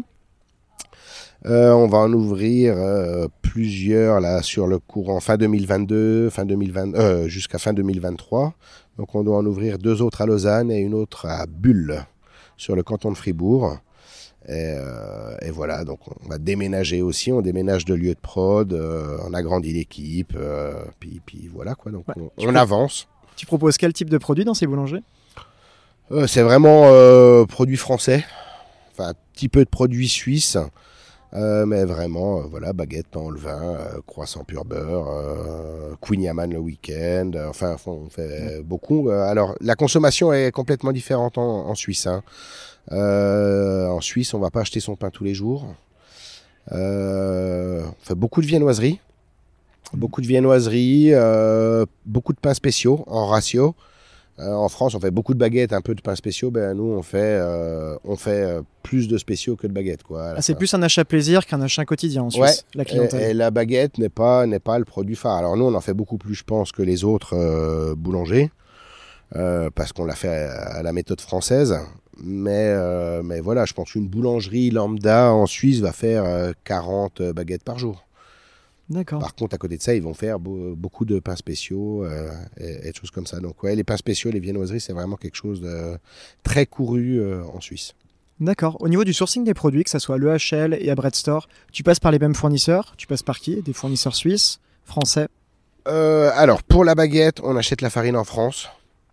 Euh, on va en ouvrir euh, plusieurs là sur le courant fin deux mille vingt-deux, fin deux mille vingt, euh, jusqu'à fin deux mille vingt-trois. Donc on doit en ouvrir deux autres à Lausanne et une autre à Bulle, sur le canton de Fribourg. Et, euh, et voilà, donc on va déménager aussi, on déménage de lieu de prod, euh, on agrandit l'équipe, euh, puis, puis voilà quoi, donc ouais, on, on avance. Tu proposes quel type de produit dans ces boulangeries? euh, C'est vraiment euh, produits français, enfin un petit peu de produits suisses, euh, mais vraiment, euh, voilà, baguette, pain au levain, euh, croissant pur beurre, euh, Queen Yaman le week-end, euh, enfin on fait ouais. beaucoup. Alors la consommation est complètement différente en, en Suisse, hein. Euh, en Suisse, on va pas acheter son pain tous les jours. Euh, on fait beaucoup de viennoiseries, mmh. beaucoup de viennoiseries, euh, beaucoup de pains spéciaux en ratio. Euh, en France, on fait beaucoup de baguettes, un peu de pains spéciaux. Ben, nous, on fait, euh, on fait euh, plus de spéciaux que de baguettes, quoi. Ah, c'est plus un achat plaisir qu'un achat quotidien en Suisse, Ouais, la clientèle. Et, et la baguette n'est pas, n'est pas le produit phare. Alors nous, on en fait beaucoup plus, je pense, que les autres euh, boulangers, euh, parce qu'on l'a fait à, à la méthode française. Mais, euh, mais voilà, je pense qu'une boulangerie lambda en Suisse va faire euh, quarante baguettes par jour. D'accord. Par contre, à côté de ça, ils vont faire beau, beaucoup de pains spéciaux euh, et, et de choses comme ça. Donc ouais, les pains spéciaux, les viennoiseries, c'est vraiment quelque chose de très couru euh, en Suisse. D'accord. Au niveau du sourcing des produits, que ce soit à l'E H L et à Bread Store, tu passes par les mêmes fournisseurs? Tu passes par qui? Des fournisseurs suisses, français? euh, Alors, pour la baguette, on achète la farine en France.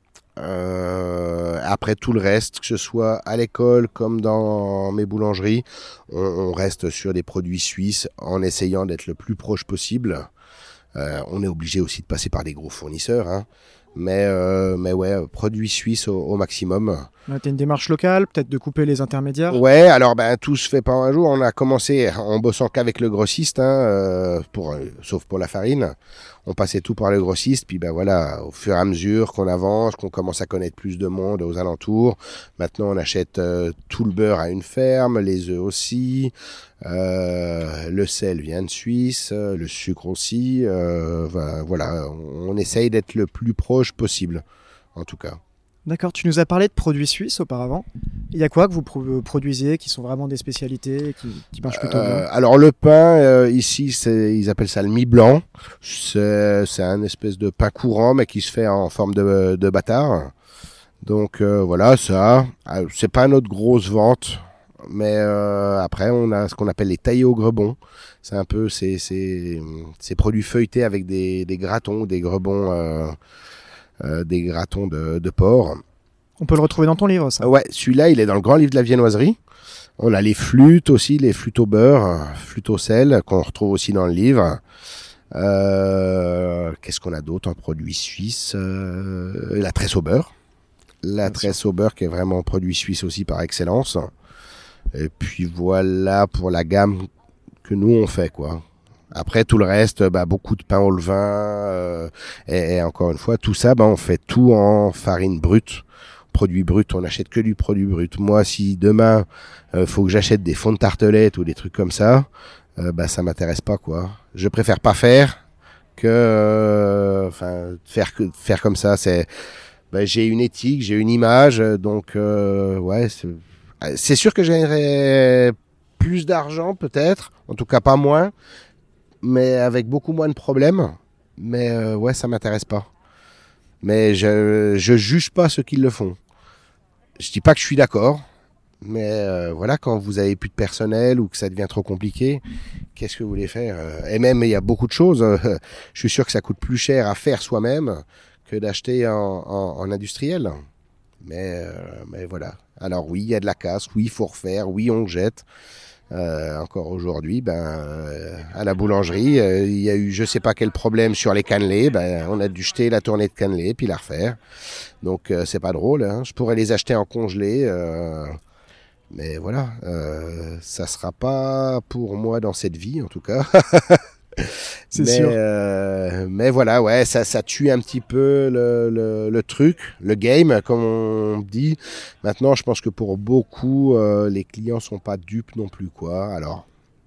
Euh, après tout le reste, que ce soit à l'école comme dans mes boulangeries, on, on reste sur des produits suisses en essayant d'être le plus proche possible. Euh, on est obligé aussi de passer par des gros fournisseurs, hein. mais, euh, mais ouais, produits suisses au, au maximum. Tu as une démarche locale, peut-être de couper les intermédiaires? Ouais, alors ben, tout se fait pas en un jour. On a commencé en bossant qu'avec le grossiste, hein, euh, pour, euh, sauf pour la farine. On passait tout par le grossiste, puis ben voilà, au fur et à mesure qu'on avance, qu'on commence à connaître plus de monde aux alentours. Maintenant, on achète euh, tout le beurre à une ferme, les œufs aussi, euh, le sel vient de Suisse, euh, le sucre aussi. Euh, ben, voilà, on, on essaye d'être le plus proche possible, en tout cas. D'accord, tu nous as parlé de produits suisses auparavant. Il y a quoi que vous pro- produisez qui sont vraiment des spécialités, qui, qui marchent plutôt Euh, bien? alors le pain, euh, ici, c'est, ils appellent ça le mie blanc. C'est, c'est un espèce de pain courant, mais qui se fait en forme de, de bâtard. Donc euh, voilà, ça, euh, c'est pas notre grosse vente. Mais euh, après, on a ce qu'on appelle les taillés au grebon. C'est un peu ces, ces, ces produits feuilletés avec des, des gratons, des grebons, euh, euh, des gratons de, de porc. On peut le retrouver dans ton livre, ça? Ouais, celui-là, il est dans le grand livre de la viennoiserie. On a les flûtes aussi, les flûtes au beurre, flûtes au sel, qu'on retrouve aussi dans le livre. Euh, qu'est-ce qu'on a d'autre en produits suisses? euh, La tresse au beurre. La Bien tresse au beurre qui est vraiment un produit suisse aussi par excellence. Et puis voilà pour la gamme que nous on fait, quoi. Après tout le reste, bah, beaucoup de pain au levain. Euh, et, et encore une fois, tout ça, bah, on fait tout en farine brute. Produit brut, on n'achète que du produit brut. Moi, si demain, euh, faut que j'achète des fonds de tartelettes ou des trucs comme ça, euh, bah, ça m'intéresse pas, quoi. Je préfère pas faire que, enfin, euh, faire que faire comme ça. C'est, bah, j'ai une éthique, j'ai une image, donc euh, ouais, c'est, c'est sûr que j'aimerais plus d'argent, peut-être, en tout cas pas moins, mais avec beaucoup moins de problèmes. Mais euh, ouais, ça m'intéresse pas. Mais je je juge pas ceux qui le font. Je dis pas que je suis d'accord, mais euh, voilà, quand vous avez plus de personnel ou que ça devient trop compliqué, qu'est-ce que vous voulez faire? Et même, il y a beaucoup de choses. Euh, je suis sûr que ça coûte plus cher à faire soi-même que d'acheter en, en, en industriel. Mais, euh, mais voilà. Alors oui, il y a de la casse. Oui, il faut refaire. Oui, on jette. Euh, encore aujourd'hui, ben, euh, à la boulangerie, euh, il y a eu je sais pas quel problème sur les cannelés. Ben, on a dû jeter la tournée de cannelés puis la refaire. Donc euh, c'est pas drôle. Hein. Je pourrais les acheter en congelé, euh, mais voilà, euh, ça sera pas pour moi dans cette vie en tout cas. C'est mais, sûr. Euh, mais voilà, ouais, ça, ça tue un petit peu le, le, le truc, le game, comme on dit. Maintenant, je pense que pour beaucoup, euh, les clients sont pas dupes non plus, quoi. Alors,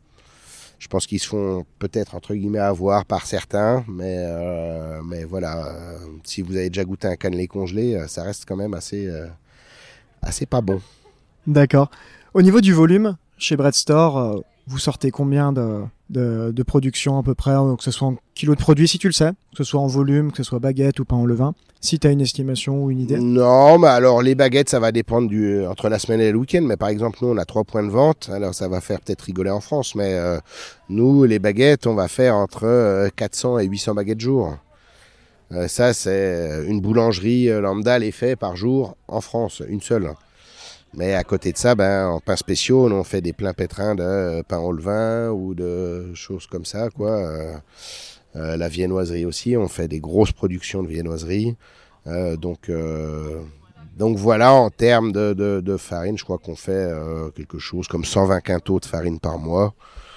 je pense qu'ils se font peut-être entre guillemets avoir par certains, mais euh, mais voilà, euh, si vous avez déjà goûté un cannelé congelé, euh, ça reste quand même assez euh, assez pas bon. D'accord. Au niveau du volume, chez Bread Store, euh, vous sortez combien de, de, de production à peu près, euh, que ce soit en kilos de produits si tu le sais, que ce soit en volume, que ce soit baguette ou pain au levain, si tu as une estimation ou une idée? Non, mais alors les baguettes, ça va dépendre du entre la semaine et le week-end. Mais par exemple, nous, on a trois points de vente. Alors ça va faire peut-être rigoler en France, mais euh, nous, les baguettes, on va faire entre euh, quatre cents et huit cents baguettes jour. Euh, ça, c'est une boulangerie euh, lambda les fait par jour en France, une seule. Mais à côté de ça, ben, en pain spéciaux, on fait des pleins pétrins de euh, pain au levain ou de choses comme ça, quoi. Euh, euh, la viennoiserie aussi, on fait des grosses productions de viennoiserie. Euh, donc, euh, donc voilà, en termes de, de, de farine, je crois qu'on fait euh, quelque chose comme cent vingt quintaux de farine par mois.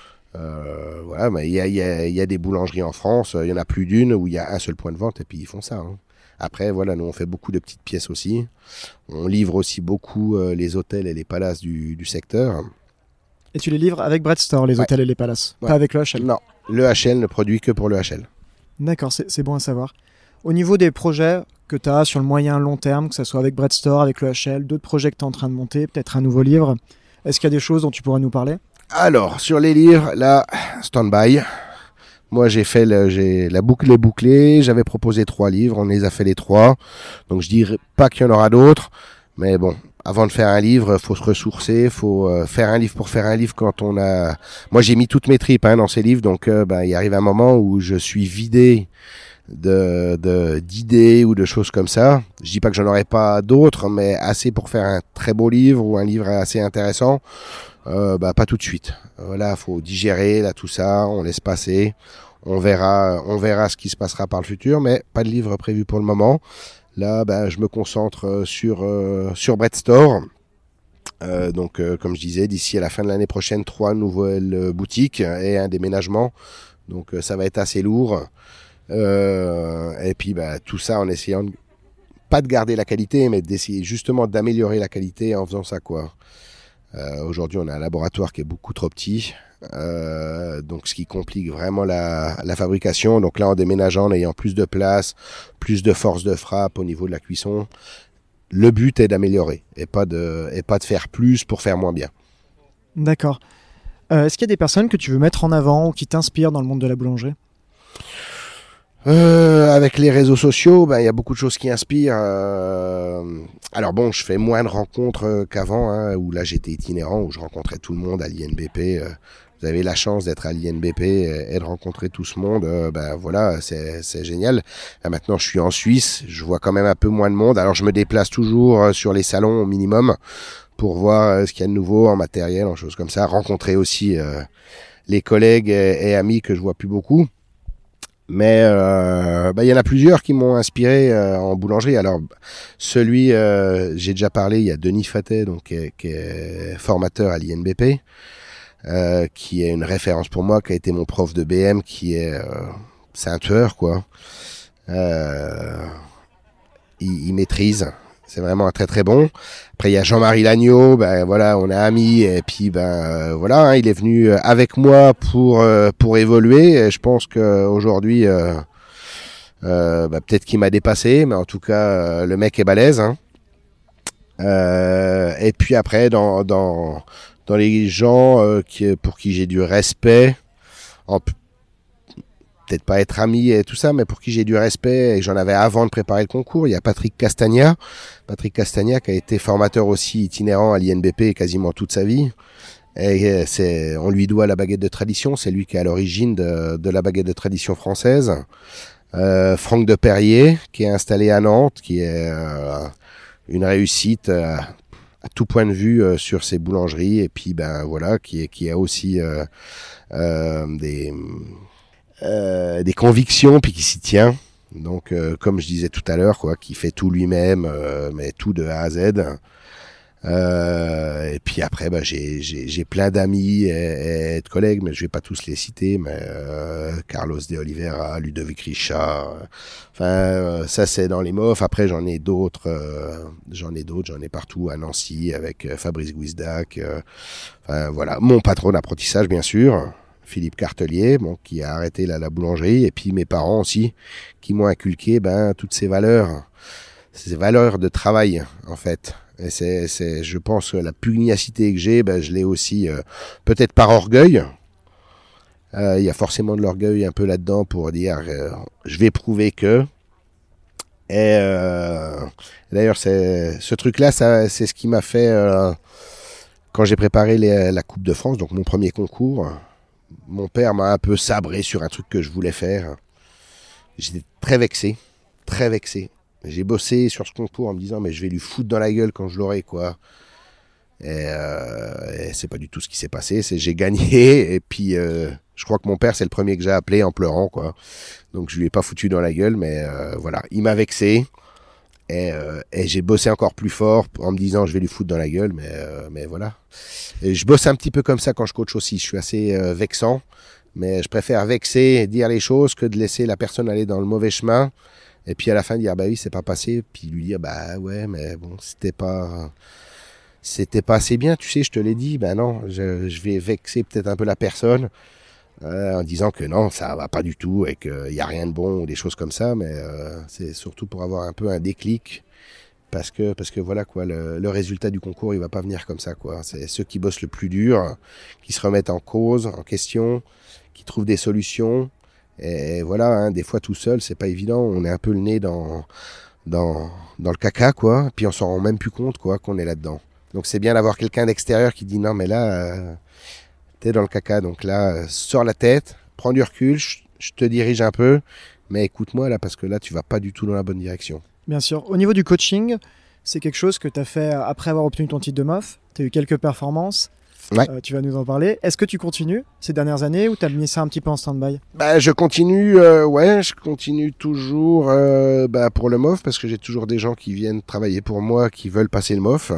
Euh, voilà, mais il y a, y, a, y a des boulangeries en France, il y en a plus d'une où il y a un seul point de vente et puis ils font ça. Hein. Après, voilà, nous on fait beaucoup de petites pièces aussi. On livre aussi beaucoup euh, les hôtels et les palaces du, du secteur. Et tu les livres avec Bread Store, les ouais. hôtels et les palaces, ouais. pas avec le H L? Non, le H L ne produit que pour le H L. D'accord, c'est, c'est bon à savoir. Au niveau des projets que tu as sur le moyen long terme, que ce soit avec Bread Store, avec le H L, d'autres projets que tu es en train de monter, peut-être un nouveau livre, est-ce qu'il y a des choses dont tu pourrais nous parler? Alors, sur les livres, là, stand-by. Moi, j'ai fait le, j'ai, la boucle est bouclée. J'avais proposé trois livres. On les a fait les trois. Donc, je dirais pas qu'il y en aura d'autres. Mais bon, avant de faire un livre, faut se ressourcer. Faut euh, faire un livre pour faire un livre quand on a... Moi, j'ai mis toutes mes tripes hein, dans ces livres. Donc, euh, ben, il arrive un moment où je suis vidé de, de, d'idées ou de choses comme ça. Je dis pas que j'en aurai pas d'autres, mais assez pour faire un très beau livre ou un livre assez intéressant. Euh, bah, pas tout de suite. Voilà, faut digérer là tout ça, on laisse passer, on verra, on verra ce qui se passera par le futur, mais pas de livre prévu pour le moment. Là, bah, je me concentre sur euh, sur Bread Store. Euh, donc, euh, comme je disais, d'ici à la fin de l'année prochaine, trois nouvelles euh, boutiques et un déménagement. Donc, euh, ça va être assez lourd. Euh, et puis, bah, tout ça en essayant de, pas de garder la qualité, mais d'essayer justement d'améliorer la qualité en faisant ça, quoi. Euh, aujourd'hui, on a un laboratoire qui est beaucoup trop petit, euh, donc ce qui complique vraiment la, la fabrication. Donc là, en déménageant, en ayant plus de place, plus de force de frappe au niveau de la cuisson, le but est d'améliorer et pas de, et pas de faire plus pour faire moins bien. D'accord. Euh, est-ce qu'il y a des personnes que tu veux mettre en avant ou qui t'inspirent dans le monde de la boulangerie ? Euh, avec les réseaux sociaux, ben, y a beaucoup de choses qui inspirent. Euh, alors bon, je fais moins de rencontres qu'avant, hein, où là j'étais itinérant, où je rencontrais tout le monde à l'I N B P. Euh, vous avez la chance d'être à l'I N B P et de rencontrer tout ce monde. Euh, ben voilà, c'est, c'est génial. Là, maintenant, je suis en Suisse, je vois quand même un peu moins de monde. Alors je me déplace toujours sur les salons au minimum pour voir ce qu'il y a de nouveau en matériel, en choses comme ça. Rencontrer aussi euh, les collègues et, et amis que je vois plus beaucoup. Mais euh, bah, y en a plusieurs qui m'ont inspiré euh, en boulangerie. Alors celui, euh, j'ai déjà parlé, il y a Denis Fatet, donc qui est, qui est formateur à l'I N B P, euh, qui est une référence pour moi, qui a été mon prof de B M, qui est, euh, c'est un tueur quoi. Euh, il, il maîtrise. C'est vraiment un très très bon. Après il y a Jean-Marie Lagneau, ben voilà, on est amis et puis ben euh, voilà, hein, il est venu avec moi pour euh, pour évoluer. Et je pense que aujourd'hui, euh, euh, ben, peut-être qu'il m'a dépassé, mais en tout cas euh, le mec est balèze. Hein. Euh, et puis après dans dans dans les gens euh, qui pour qui j'ai du respect, en peut-être pas être ami et tout ça, mais pour qui j'ai du respect et j'en avais avant de préparer le concours. Il y a Patrick Castagna. Patrick Castagna qui a été formateur aussi itinérant à l'I N B P quasiment toute sa vie. Et c'est, on lui doit la baguette de tradition. C'est lui qui est à l'origine de, de la baguette de tradition française. Euh, Franck de Perrier qui est installé à Nantes, qui est euh, une réussite euh, à tout point de vue euh, sur ses boulangeries. Et puis ben voilà, qui est qui a aussi euh, euh, des Euh, des convictions puis qui s'y tient, donc euh, comme je disais tout à l'heure quoi, qui fait tout lui-même, euh, mais tout de A à Z. Euh, et puis après bah, j'ai, j'ai, j'ai plein d'amis et, et de collègues, mais je vais pas tous les citer, mais euh, Carlos de Oliveira, Ludovic Richard, euh, enfin euh, ça c'est dans les mofs. Après j'en ai d'autres, euh, j'en ai d'autres, j'en ai partout à Nancy avec euh, Fabrice Guizdac, euh, enfin voilà, mon patron d'apprentissage bien sûr, Philippe Cartelier, bon, qui a arrêté la, la boulangerie, et puis mes parents aussi, qui m'ont inculqué ben, toutes ces valeurs, ces valeurs de travail, en fait. Et c'est, c'est, je pense que la pugnacité que j'ai, ben, je l'ai aussi, euh, peut-être par orgueil. Il euh, y a forcément de l'orgueil un peu là-dedans pour dire, euh, je vais prouver que. Et euh, d'ailleurs, c'est, ce truc-là, ça, c'est ce qui m'a fait, euh, quand j'ai préparé les, la Coupe de France, donc mon premier concours. Mon père m'a un peu sabré sur un truc que je voulais faire. J'étais très vexé, très vexé. J'ai bossé sur ce concours en me disant mais je vais lui foutre dans la gueule quand je l'aurai quoi. Et, euh, et c'est pas du tout ce qui s'est passé. C'est j'ai gagné et puis euh, je crois que mon père c'est le premier que j'ai appelé en pleurant quoi. Donc je lui ai pas foutu dans la gueule, mais euh, voilà, il m'a vexé. Et, euh, et j'ai bossé encore plus fort en me disant je vais lui foutre dans la gueule, mais, euh, mais voilà. Et je bosse un petit peu comme ça quand je coach aussi. Je suis assez euh, vexant, mais je préfère vexer et dire les choses que de laisser la personne aller dans le mauvais chemin Et puis à la fin, dire bah oui, c'est pas passé. Puis lui dire bah ouais, mais bon, c'était pas, c'était pas assez bien. Tu sais, je te l'ai dit. Ben non, je, je vais vexer peut-être un peu la personne euh, en disant que non, ça va pas du tout et qu'il y a rien de bon ou des choses comme ça. Mais euh, c'est surtout pour avoir un peu un déclic. Parce que, parce que voilà quoi, le, le résultat du concours, il va pas venir comme ça quoi. C'est ceux qui bossent le plus dur, qui se remettent en cause, en question, qui trouvent des solutions. Et voilà, hein, des fois tout seul, c'est pas évident. On est un peu le nez dans, dans, dans le caca quoi. Puis on s'en rend même plus compte quoi qu'on est là-dedans. Donc c'est bien d'avoir quelqu'un d'extérieur qui dit non mais là, euh, t'es dans le caca. Donc là, euh, sors la tête, prends du recul, je, je te dirige un peu, mais écoute-moi là parce que là tu vas pas du tout dans la bonne direction. Bien sûr. Au niveau du coaching, c'est quelque chose que tu as fait après avoir obtenu ton titre de M O F. Tu as eu quelques performances. Ouais. Euh, tu vas nous en parler. Est-ce que tu continues ces dernières années ou tu as mis ça un petit peu en stand-by ? Bah, je continue, euh, ouais, je continue toujours euh, bah, pour le M O F parce que j'ai toujours des gens qui viennent travailler pour moi, qui veulent passer le M O F.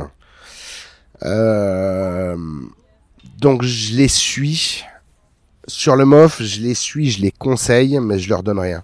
Euh, donc je les suis. Sur le M O F, je les suis, je les conseille, mais je leur donne rien.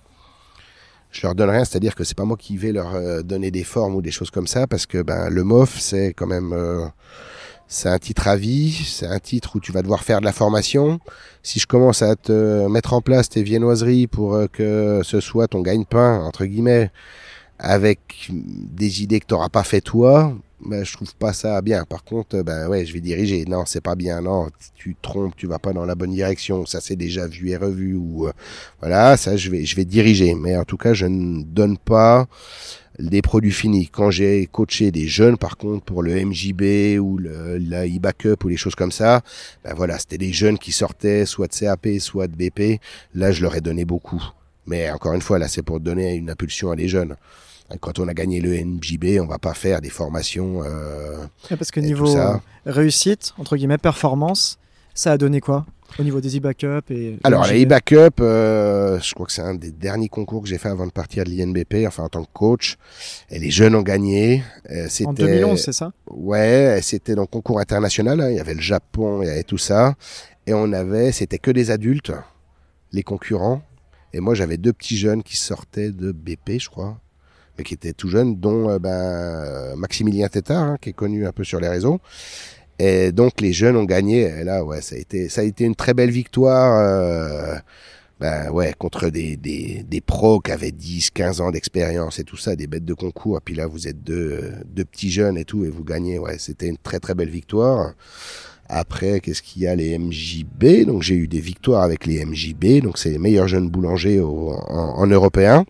Je leur donne rien, c'est-à-dire que c'est pas moi qui vais leur euh, donner des formes ou des choses comme ça, parce que ben le M O F, c'est quand même, euh, c'est un titre à vie, c'est un titre où tu vas devoir faire de la formation. Si je commence à te mettre en place tes viennoiseries pour euh, que ce soit ton gagne-pain entre guillemets, avec des idées que t'auras pas fait toi, ben je trouve pas ça bien. Par contre, ben ouais, je vais diriger. Non, c'est pas bien. Non, tu te trompes, tu vas pas dans la bonne direction. Ça c'est déjà vu et revu. Ou euh, voilà, ça je vais, je vais diriger. Mais en tout cas, je ne donne pas des produits finis. Quand j'ai coaché des jeunes, par contre, pour le M J B ou le, la e-backup ou les choses comme ça, ben voilà, c'était des jeunes qui sortaient soit de C A P, soit de B P. Là, je leur ai donné beaucoup. Mais encore une fois, là, c'est pour donner une impulsion à des jeunes. Quand on a gagné le M J B, on va pas faire des formations. Euh, ouais, parce que niveau réussite, entre guillemets, performance, ça a donné quoi au niveau des e-backup et Alors, les e-backup, euh, je crois que c'est un des derniers concours que j'ai fait avant de partir de l'I N B P, enfin en tant que coach. Et les jeunes ont gagné. Euh, c'était, en deux mille onze, c'est ça ? Ouais, c'était dans le concours international. Hein, il y avait le Japon, il y avait tout ça. Et on avait, c'était que des adultes, les concurrents. Et moi, j'avais deux petits jeunes qui sortaient de B P, je crois. Mais qui étaient tout jeunes, dont euh, ben, Maximilien Tétard, hein, qui est connu un peu sur les réseaux. Et donc les jeunes ont gagné. Et là, ouais, ça a été, ça a été une très belle victoire. Euh, ben ouais, contre des des des pros qui avaient dix, quinze ans d'expérience et tout ça, des bêtes de concours. Et puis là, vous êtes deux deux petits jeunes et tout, et vous gagnez. Ouais, c'était une très très belle victoire. Après, qu'est-ce qu'il y a, les M J B. Donc j'ai eu des victoires avec les M J B. Donc c'est les meilleurs jeunes boulangers au, en, en européen.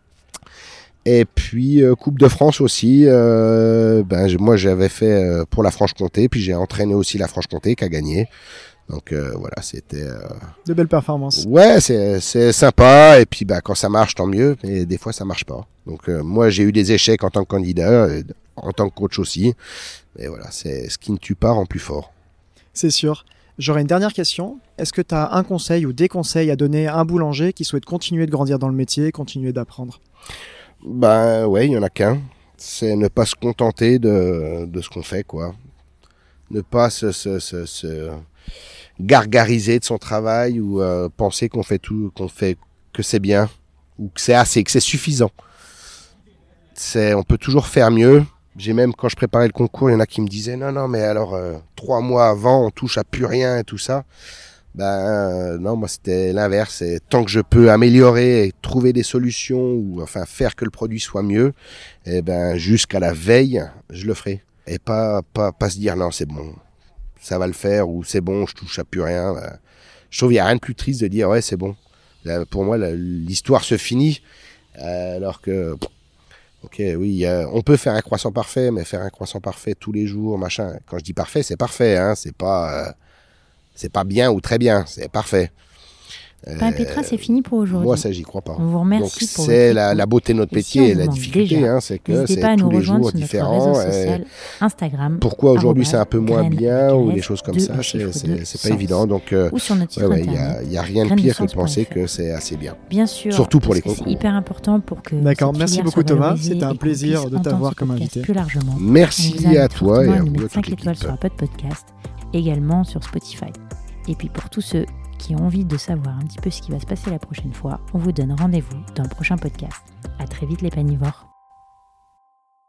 Et puis euh, Coupe de France aussi, euh, ben moi j'avais fait euh, pour la Franche-Comté, puis j'ai entraîné aussi la Franche-Comté qui a gagné. Donc euh, voilà, c'était euh... de belles performances. Ouais, c'est c'est sympa, et puis ben quand ça marche tant mieux, mais des fois ça marche pas. Donc euh, moi j'ai eu des échecs en tant que candidat, en tant que coach aussi. Mais voilà, c'est ce qui ne tue pas rend plus fort. C'est sûr. J'aurais une dernière question. Est-ce que tu as un conseil ou des conseils à donner à un boulanger qui souhaite continuer de grandir dans le métier, continuer d'apprendre ? Ben ouais, il y en a qu'un. C'est ne pas se contenter de, de ce qu'on fait, quoi. Ne pas se, se, se, se gargariser de son travail ou euh, penser qu'on fait tout, qu'on fait que c'est bien ou que c'est assez, que c'est suffisant. C'est, on peut toujours faire mieux. J'ai même, quand je préparais le concours, il y en a qui me disaient non, non, mais alors euh, trois mois avant, on touche à plus rien et tout ça. Ben euh, non, moi c'était l'inverse. C'est tant que je peux améliorer et trouver des solutions ou enfin faire que le produit soit mieux, et ben jusqu'à la veille, je le ferai. Et pas pas pas se dire non, c'est bon, ça va le faire, ou c'est bon, je touche à plus rien. Ben, je trouve qu'il y a rien de plus triste de dire ouais c'est bon. Là, pour moi la, l'histoire se finit, euh, alors que ok oui, y a, on peut faire un croissant parfait, mais faire un croissant parfait tous les jours, machin. Quand je dis parfait, c'est parfait, hein, c'est pas euh, c'est pas bien ou très bien, c'est parfait. Pain Pétrin, c'est fini pour aujourd'hui. Moi, ça, j'y crois pas. On vous remercie Donc, pour c'est la, la beauté de notre et métier si et la difficulté, déjà, hein, c'est que c'est pas à tous nous les rejoindre jours sur différents. notre réseau social, Instagram. Pourquoi aujourd'hui c'est un peu moins bien ou des choses comme de, ça, c'est, c'est, c'est pas évident. Donc, euh, ou sur notre site ouais, ouais, internet. Il n'y a, a rien de pire que de penser que c'est assez bien. Bien sûr. Surtout pour les concours. C'est hyper important pour que. D'accord, merci beaucoup Thomas. C'était un plaisir de t'avoir comme invité. Plus largement. Merci à toi et à vous. cinq étoiles sur Apple Podcast, également sur Spotify. Et puis pour tous ceux qui ont envie de savoir un petit peu ce qui va se passer la prochaine fois, on vous donne rendez-vous dans le prochain podcast. À très vite les panivores.